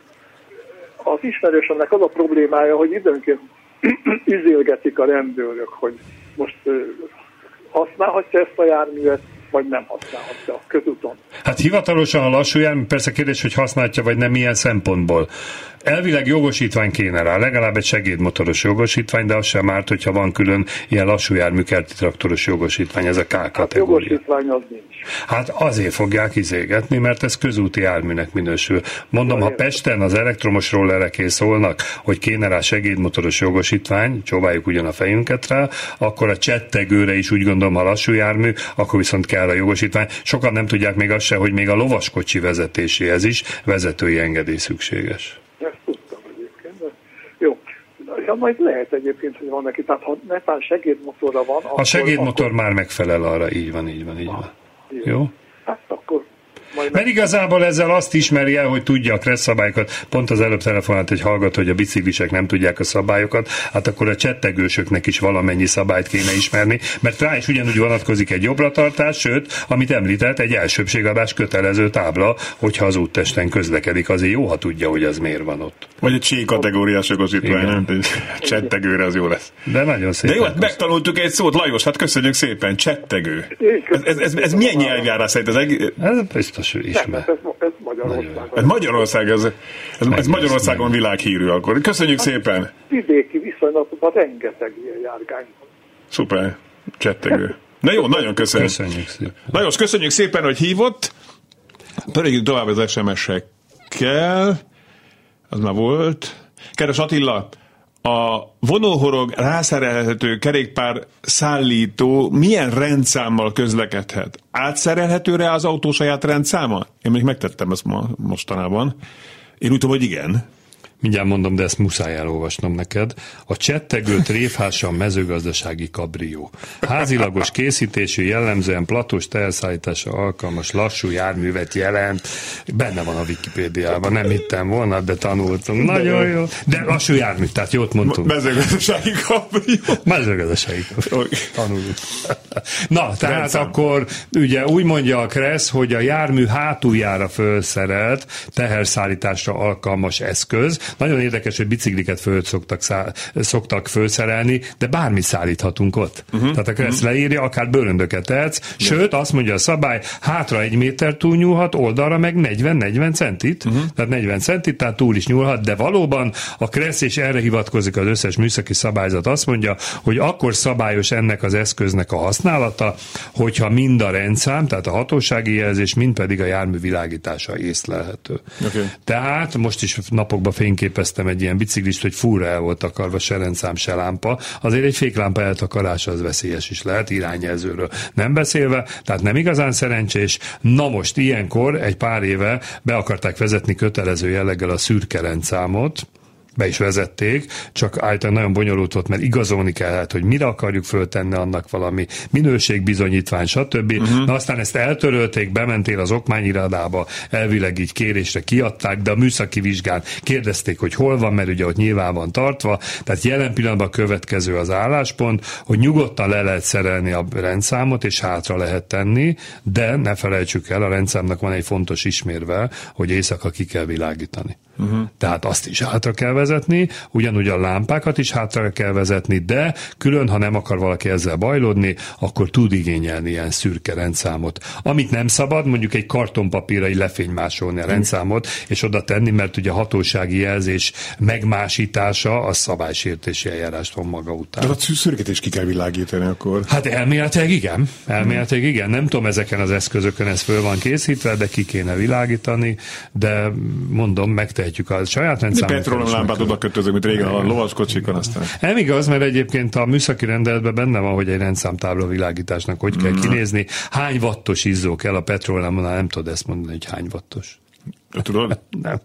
az ismerősömnek az a problémája, hogy időnként üzélgetik a rendőrök, hogy most használhatja ezt a járművet, vagy nem használhatja a közúton. Hát hivatalosan a lassú jármű, persze kérdés, hogy használhatja, vagy nem, milyen szempontból. Elvileg jogosítvány kéne rá, legalább egy segédmotoros jogosítvány, de az sem árt, hogyha van külön ilyen lassú jármű kerti traktoros jogosítvány, ez a K kategória. Hát jogosítvány az nincs. Hát azért fogják izégetni, mert ez közúti járműnek minősül. Mondom, ha Pesten az elektromos rollereké szólnak, hogy kéne rá segédmotoros jogosítvány, csóváljuk ugyan a fejünket rá, akkor a csettegőre is úgy gondolom, ha lassú jármű, akkor viszont kell erre a jogosítvány. Sokan nem tudják még azt se, hogy még a lovaskocsi vezetéséhez is vezetői engedély szükséges. Ezt tudtam egyébként, de jó. Ja, majd lehet egyébként, hogy van neki, tehát ha netán segédmotorra van... A segédmotor már megfelel arra, így van. Jó? Hát akkor... Mert igazából ezzel azt ismeri el, hogy tudja a KRESZ szabályokat. Pont az előbb telefonált egy hallgató, hogy a biciklisek nem tudják a szabályokat, hát akkor a csettegősöknek is valamennyi szabályt kéne ismerni, mert rá is ugyanúgy vonatkozik egy jobbra-tartás, sőt, amit említett, egy elsőbségadás kötelező tábla, hogyha az úttesten közlekedik, azért jó, ha tudja, hogy az miért van ott. Vagy egy C-kategóriás jogosítvány, nem? Csettegőre az jó lesz. De nagyon szépen. De jó, hát megtanultuk egy szót, Lajos, hát köszönjük szépen, csettegő. Ez milyen nyelvjárás szerint? Ez biztos ismer. Ez Magyarország. Ez Magyarország, ez Magyarországon világhírű akkor. Köszönjük szépen. Vidéki viszonylatokban rengeteg ilyen járgány. Szuper, csettegő. Na jó, nagyon köszönjük. Köszönjük szépen. Lajos, köszönjük szépen, hogy hívott. Pörögjük tovább az SMS-ekkel. Az már volt. Kedves Attila, a vonóhorog rászerelhető kerékpár szállító milyen rendszámmal közlekedhet? Átszerelhető rá az autó saját rendszáma? Én még megtettem ezt mostanában. Én úgy tudom, hogy igen. Mindjárt mondom, de ezt muszáj elolvasnom neked. A csettegő tréfása mezőgazdasági kabrió. Házilagos készítésű, jellemzően platós teherszállításra alkalmas lassú járművet jelent. Benne van a Wikipédiában, nem hittem volna, de tanultunk. Nagyon jó. De lassú jármű, tehát jót mondtunk. Mezőgazdasági kabrió. Mezőgazdasági kabrió. Tanulunk. Na, tehát rendszám. Akkor ugye úgy mondja a KRESZ, hogy a jármű hátuljára felszerelt teherszállításra alkalmas eszköz. Nagyon érdekes, hogy bicikliket szoktak felszerelni, de bármit szállíthatunk ott. Tehát a KRESZ leírja, akár bőröndöket tehetsz, sőt, azt mondja a szabály, hátra 1 méter túl nyúlhat, oldalra meg 40-40 centit, tehát 40 centit, tehát túl is nyúlhat, de valóban a KRESZ, és erre hivatkozik az összes műszaki szabályzat, azt mondja, hogy akkor szabályos ennek az eszköznek a használata, hogyha mind a rendszám, tehát a hatósági jelzés, mind pedig a jármű világítása észlelhető. Okay. Tehát most is napokban fényképeztem egy ilyen biciklist, hogy fúra el volt takarva, se rendszám, se lámpa. Azért egy féklámpa eltakarása az veszélyes is lehet, irányjelzőről nem beszélve, tehát nem igazán szerencsés. Na most ilyenkor egy pár éve be akarták vezetni kötelező jelleggel a szürke rendszámot, be is vezették, csak általában nagyon bonyolult volt, mert igazolni kellett, hogy mire akarjuk föltenni annak valami minőségbizonyítvány, stb. Na aztán ezt eltörölték, bementél az okmányirodába, elvileg így kérésre kiadták, de a műszaki vizsgán kérdezték, hogy hol van, mert ugye ott nyilván van tartva, tehát jelen pillanatban következő az álláspont, hogy nyugodtan le lehet szerelni a rendszámot, és hátra lehet tenni, de ne felejtsük el, a rendszámnak van egy fontos ismérve, hogy éjszaka ki kell világítani. Tehát azt is hátra kell vezetni, ugyanúgy a lámpákat is hátra kell vezetni, de külön, ha nem akar valaki ezzel bajlódni, akkor tud igényelni ilyen szürke rendszámot. Amit nem szabad, mondjuk egy kartonpapírra így lefénymásolni a rendszámot, és oda tenni, mert ugye a hatósági jelzés megmásítása az szabálysértési eljárást von maga után. De a szürkét is ki kell világítani akkor. Hát elméletileg igen. Nem tudom, ezeken az eszközökön ez föl van készítve, de ki kéne világítani, de mondom, megtehetjük a saját rendszámot. Petrolumlámpát oda kötözök, mint régen a lovaskocsikon aztán. Nem igaz, mert egyébként a műszaki rendeletben benne van, hogy egy rendszámtábla világításnak hogy kell kinézni. Hány wattos izzó kell a petrolumnál, nem tudod ezt mondani, hogy hány wattos. Tudod? Nem.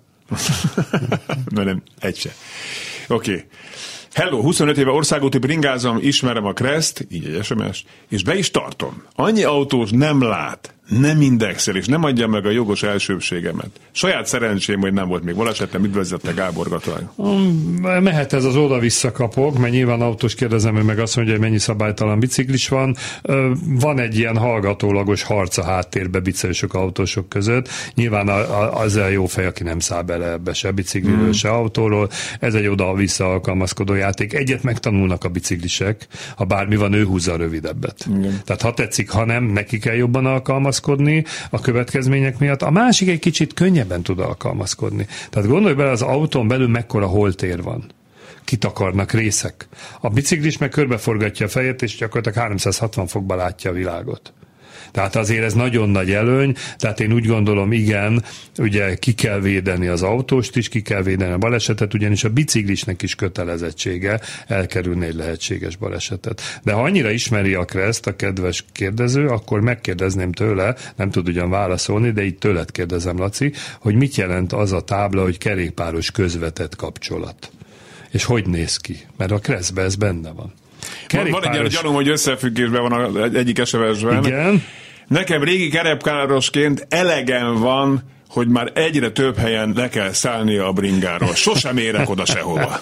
Nem, egy se. Oké. Hello, 25 éve országúti bringázom, ismerem a KRESZ-t, így egy SMS, és be is tartom. Annyi autós nem lát, nem indexel, és nem adja meg a jogos elsőbségemet. Saját szerencsém, hogy nem volt még balesetem, üdvözlette Gábor Gratulál. Mehet ez az oda-vissza kapok, mert nyilván autós kérdezem, hogy meg azt mondja, hogy mennyi szabálytalan biciklis van. Van egy ilyen hallgatólagos harc a háttérbe biciklisok, autósok között. Nyilván az a jó fej, aki nem száll bele ebbe se bicikliről, se autóról. Ez egy oda-vissza alkalmazkodó játék. Egyet megtanulnak a biciklisek, ha bármi van, ő húzza a rövidebbet. Igen. Tehát ha tetszik, ha nem, neki kell jobban alkalmazkodni a következmények miatt. A másik egy kicsit könnyebben tud alkalmazkodni. Tehát gondolj bele, az autón belül mekkora holtér van. Kitakarnak részek. A biciklis meg körbeforgatja a fejét, és gyakorlatilag 360 fokba látja a világot. Tehát azért ez nagyon nagy előny, tehát én úgy gondolom, igen, ugye ki kell védeni az autóst is, ki kell védeni a balesetet, ugyanis a biciklisnek is kötelezettsége elkerülni egy lehetséges balesetet. De ha annyira ismeri a Kreszt a kedves kérdező, akkor megkérdezném tőle, nem tud ugyan válaszolni, de itt tőled kérdezem, Laci, hogy mit jelent az a tábla, hogy kerékpáros közvetett kapcsolat. És hogy néz ki? Mert a Kreszben ez benne van. Van egy ilyen gyanúm, hogy összefüggésben van egyik SMS-ben. Igen. Nekem régi kerékpárosként elegem van, hogy már egyre több helyen le kell szállnia a bringáról. Sosem érek oda sehova.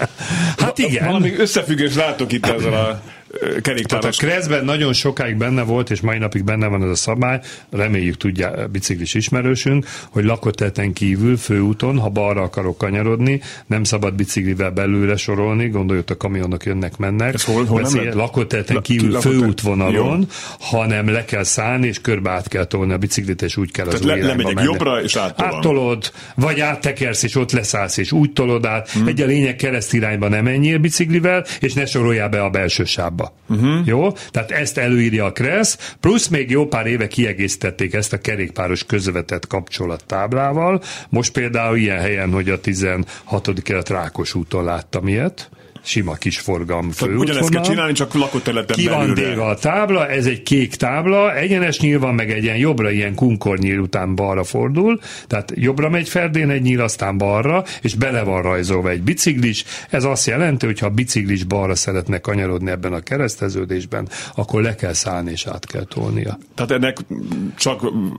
Hát igen. Valami összefüggés látok itt ezzel a kerékpáros. Tehát a Kreszben nagyon sokáig benne volt, és mai napig benne van ez a szabály, reméljük tudja biciklis ismerősünk, hogy lakóterületen kívül, főúton, ha balra akarok kanyarodni, nem szabad biciklivel belőle sorolni, gondoljott, a kamionok jönnek-mennek. Ez hol lakóterületen kívül főútvonalon, hanem le kell szállni, és körbe át kell tolni a biciklit, és úgy kell az új irányba lemegyek menni. jobbra, és áttolod, vagy áttekersz, és ott leszállsz, és úgy tolod át. Egy a lényeg, keresztirányba nem menjél biciklivel, és ne soroljál be a belső sávba. Jó? Tehát ezt előírja a Kressz, plusz még jó pár éve kiegészítették ezt a kerékpáros közvetett kapcsolattáblával. Most például ilyen helyen, hogy a 16. kelet Rákos úton láttam ilyet, sima kis forgalmú főútvonal. Ugyanezt kell csinálni, csak lakóterületen belülre. Ki van téve a tábla, ez egy kék tábla, egyenes nyíl van, meg egy ilyen jobbra, ilyen kunkornyíl után balra fordul, tehát jobbra megy ferdén egy nyíl, aztán balra, és bele van rajzolva egy biciklis. Ez azt jelenti, hogy ha a biciklis balra szeretne kanyarodni ebben a kereszteződésben, akkor le kell szállni és át kell tolnia. Tehát ennek csak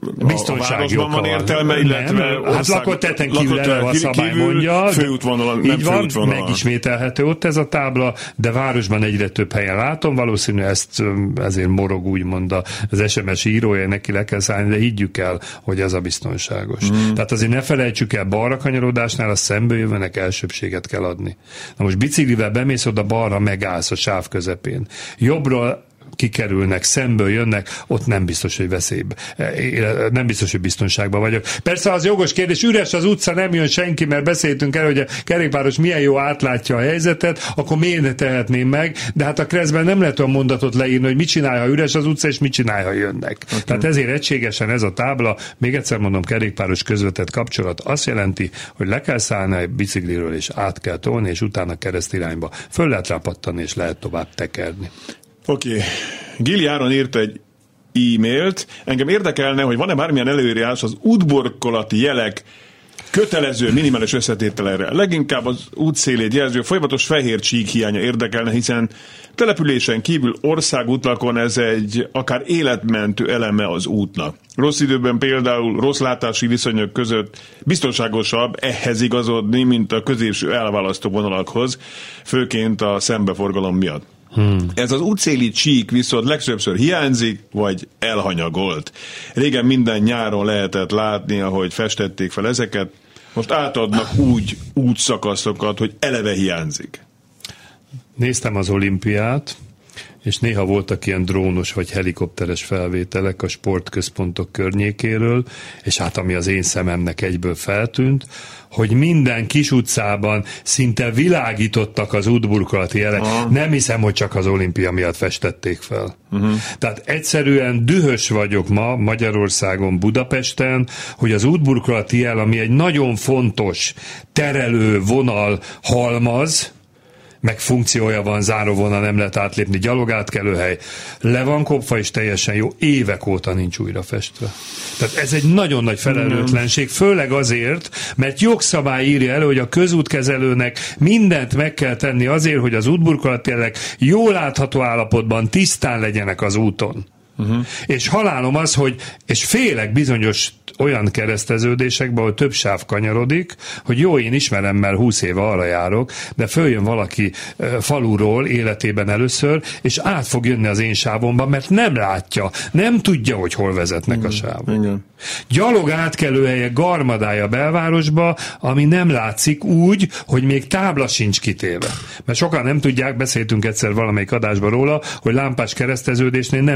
a városban van értelme, illetve hát lakóterületen kívül eleve a szabály mondja. Főútvonalon, nem főútvonalon. Megismételhető ott ez a tábla, de városban egyre több helyen látom, valószínű ezt ezért morog úgymond az SMS írója, neki le kell szállni, de higgyük el, hogy ez a biztonságos. Tehát azért ne felejtsük el, balra kanyarodásnál a szembejövőnek elsőbséget kell adni. Na most biciklivel bemész oda balra, megállsz a sáv közepén. Jobbról kikerülnek, szemből jönnek, ott nem biztos, hogy veszélybe. Nem biztos, hogy biztonságban vagyok. Persze az jogos kérdés, üres az utca, nem jön senki, mert beszéltünk el, hogy a kerékpáros milyen jó átlátja a helyzetet, akkor miért ne tehetném meg, de hát a Kreszben nem lehet olyan mondatot leírni, hogy mit csinálja, ha üres az utca, és mit csinálja, ha jönnek. Okay. Tehát ezért egységesen ez a tábla, még egyszer mondom, kerékpáros közvetett kapcsolat azt jelenti, hogy le kell szállni a bicikliről, és át kell tolni, és utána keresztirányba föl lehet rápattani, és lehet tovább tekerni. Oké. Gili Áron írt egy e-mailt. Engem érdekelne, hogy van-e bármilyen előírás az útburkolati jelek kötelező minimális összetételére. Leginkább az útszélét jelző folyamatos fehér csík hiánya érdekelne, hiszen településen kívül országútlakon ez egy akár életmentő eleme az útnak. Rossz időben például rossz látási viszonyok között biztonságosabb ehhez igazodni, mint a középső elválasztó vonalakhoz, főként a szembeforgalom miatt. Ez az útszéli csík viszont legtöbbször hiányzik, vagy elhanyagolt. Régen minden nyáron lehetett látni, ahogy festették fel ezeket, most átadnak úgy útszakaszokat, hogy eleve hiányzik. Néztem az olimpiát, és néha voltak ilyen drónos vagy helikopteres felvételek a sportközpontok környékéről, és hát ami az én szememnek egyből feltűnt, hogy minden kis utcában szinte világítottak az útburkolati jelek. Nem hiszem, hogy csak az olimpia miatt festették fel. Tehát egyszerűen dühös vagyok ma Magyarországon, Budapesten, hogy az útburkolati jel, ami egy nagyon fontos terelő vonal halmaz, meg funkciója van, záróvonal nem lehet átlépni, gyalogátkelőhely, le van kopva, és teljesen jó, évek óta nincs újra festve. Tehát ez egy nagyon nagy felelőtlenség, főleg azért, mert jogszabály írja elő, hogy a közútkezelőnek mindent meg kell tenni azért, hogy az útburkolatjelek jól látható állapotban tisztán legyenek az úton. És halálom az, hogy, és félek bizonyos olyan kereszteződésekben, ahol több sáv kanyarodik, hogy jó, én ismerem, mert 20 éve arra járok, de följön valaki faluról életében először, és át fog jönni az én sávomba, mert nem látja, nem tudja, hogy hol vezetnek a sávok. Gyalog átkelőhelyek garmadája belvárosba, ami nem látszik úgy, hogy még tábla sincs kitéve. Mert sokan nem tudják, beszéltünk egyszer valamelyik adásban róla, hogy lámpás kereszteződésnél nem kell mindig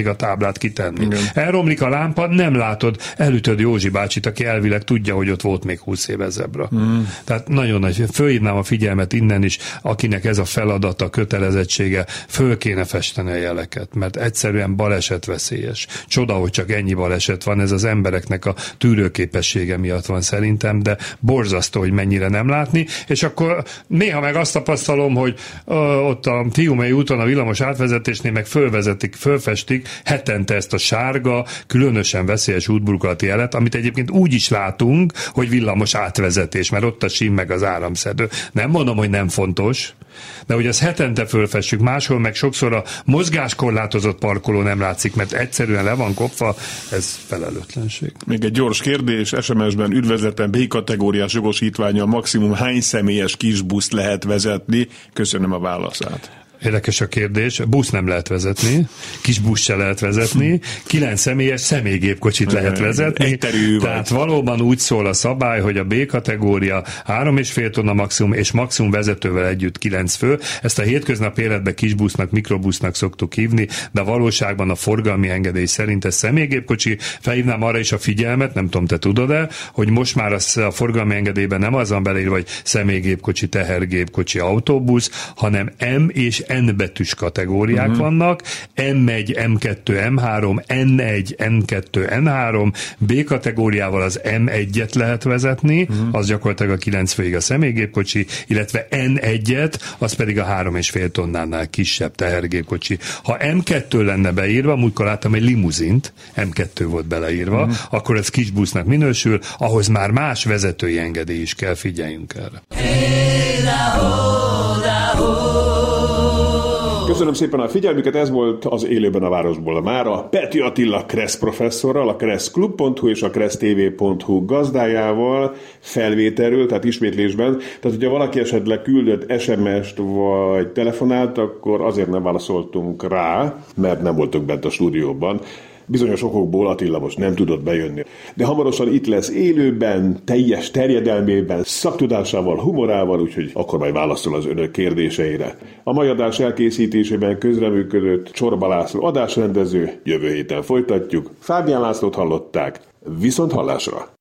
még a táblát kitenni. Igen. Elromlik a lámpa, nem látod, elütöd Józsi bácsit, aki elvileg tudja, hogy ott volt még 20 éve zebra. Tehát nagyon nagy, fölhívnám a figyelmet innen is, akinek ez a feladata, kötelezettsége, föl kéne festeni a jeleket, mert egyszerűen balesetveszélyes. Csoda, hogy csak ennyi baleset van, ez az embereknek a tűrőképessége miatt van szerintem, de borzasztó, hogy mennyire nem látni, és akkor néha meg azt tapasztalom, hogy ott a Fiumei úton a villamos átvezetésnél meg fölfestik hetente ezt a sárga, különösen veszélyes útburkolati jelet, amit egyébként úgy is látunk, hogy villamos átvezetés, mert ott a sín meg az áramszedő. Nem mondom, hogy nem fontos, de hogy ezt hetente fölfessük, máshol meg sokszor a mozgáskorlátozott parkoló nem látszik, mert egyszerűen le van kopva, ez felelőtlenség. Még egy gyors kérdés, SMS-ben üdvözletem, B-kategóriás jogosítványa maximum hány személyes kisbuszt lehet vezetni? Köszönöm a válaszát. Érdekes a kérdés. Busz nem lehet vezetni, kis busz se lehet vezetni, 9 személyes személygépkocsit lehet vezetni. Tehát valóban úgy szól a szabály, hogy a B kategória 3,5 tonna maximum, és maximum vezetővel együtt 9 fő. Ezt a hétköznapi életben kisbusznak, mikrobusznak szoktuk hívni, de valóságban a forgalmi engedély szerint ez személygépkocsi. Felhívnám arra is a figyelmet, nem tudom, te tudod-e, hogy most már a forgalmi engedélyben nem az van beleírva, hogy személygépkocsi, tehergépkocsi, autóbusz, hanem M és N betűs kategóriák vannak, M1, M2, M3, N1, N2, N3, B kategóriával az M1-et lehet vezetni, az gyakorlatilag a 9 főig a személygépkocsi, illetve N1-et, az pedig a 3,5 tonnánál kisebb tehergépkocsi. Ha M2 lenne beírva, múltkor láttam egy limuzint, M2 volt beleírva, akkor ez kisbusznak minősül, ahhoz már más vezetői engedély is kell, figyeljünk erre. Köszönöm szépen a figyelmüket, ez volt az Élőben a Városból mára Peti Attila Kressz professzorral, a kresszklub.hu és a kressztv.hu gazdájával felvételről, tehát ismétlésben. Tehát, hogyha valaki esetleg küldött SMS-t vagy telefonált, akkor azért nem válaszoltunk rá, mert nem voltunk bent a stúdióban. Bizonyos okokból Attila most nem tudott bejönni. De hamarosan itt lesz élőben, teljes terjedelmében, szaktudásával, humorával, úgyhogy akkor majd válaszol az önök kérdéseire. A mai adás elkészítésében közreműködött Csorba László adásrendező, jövő héten folytatjuk. Fábián Lászlót hallották, viszont hallásra!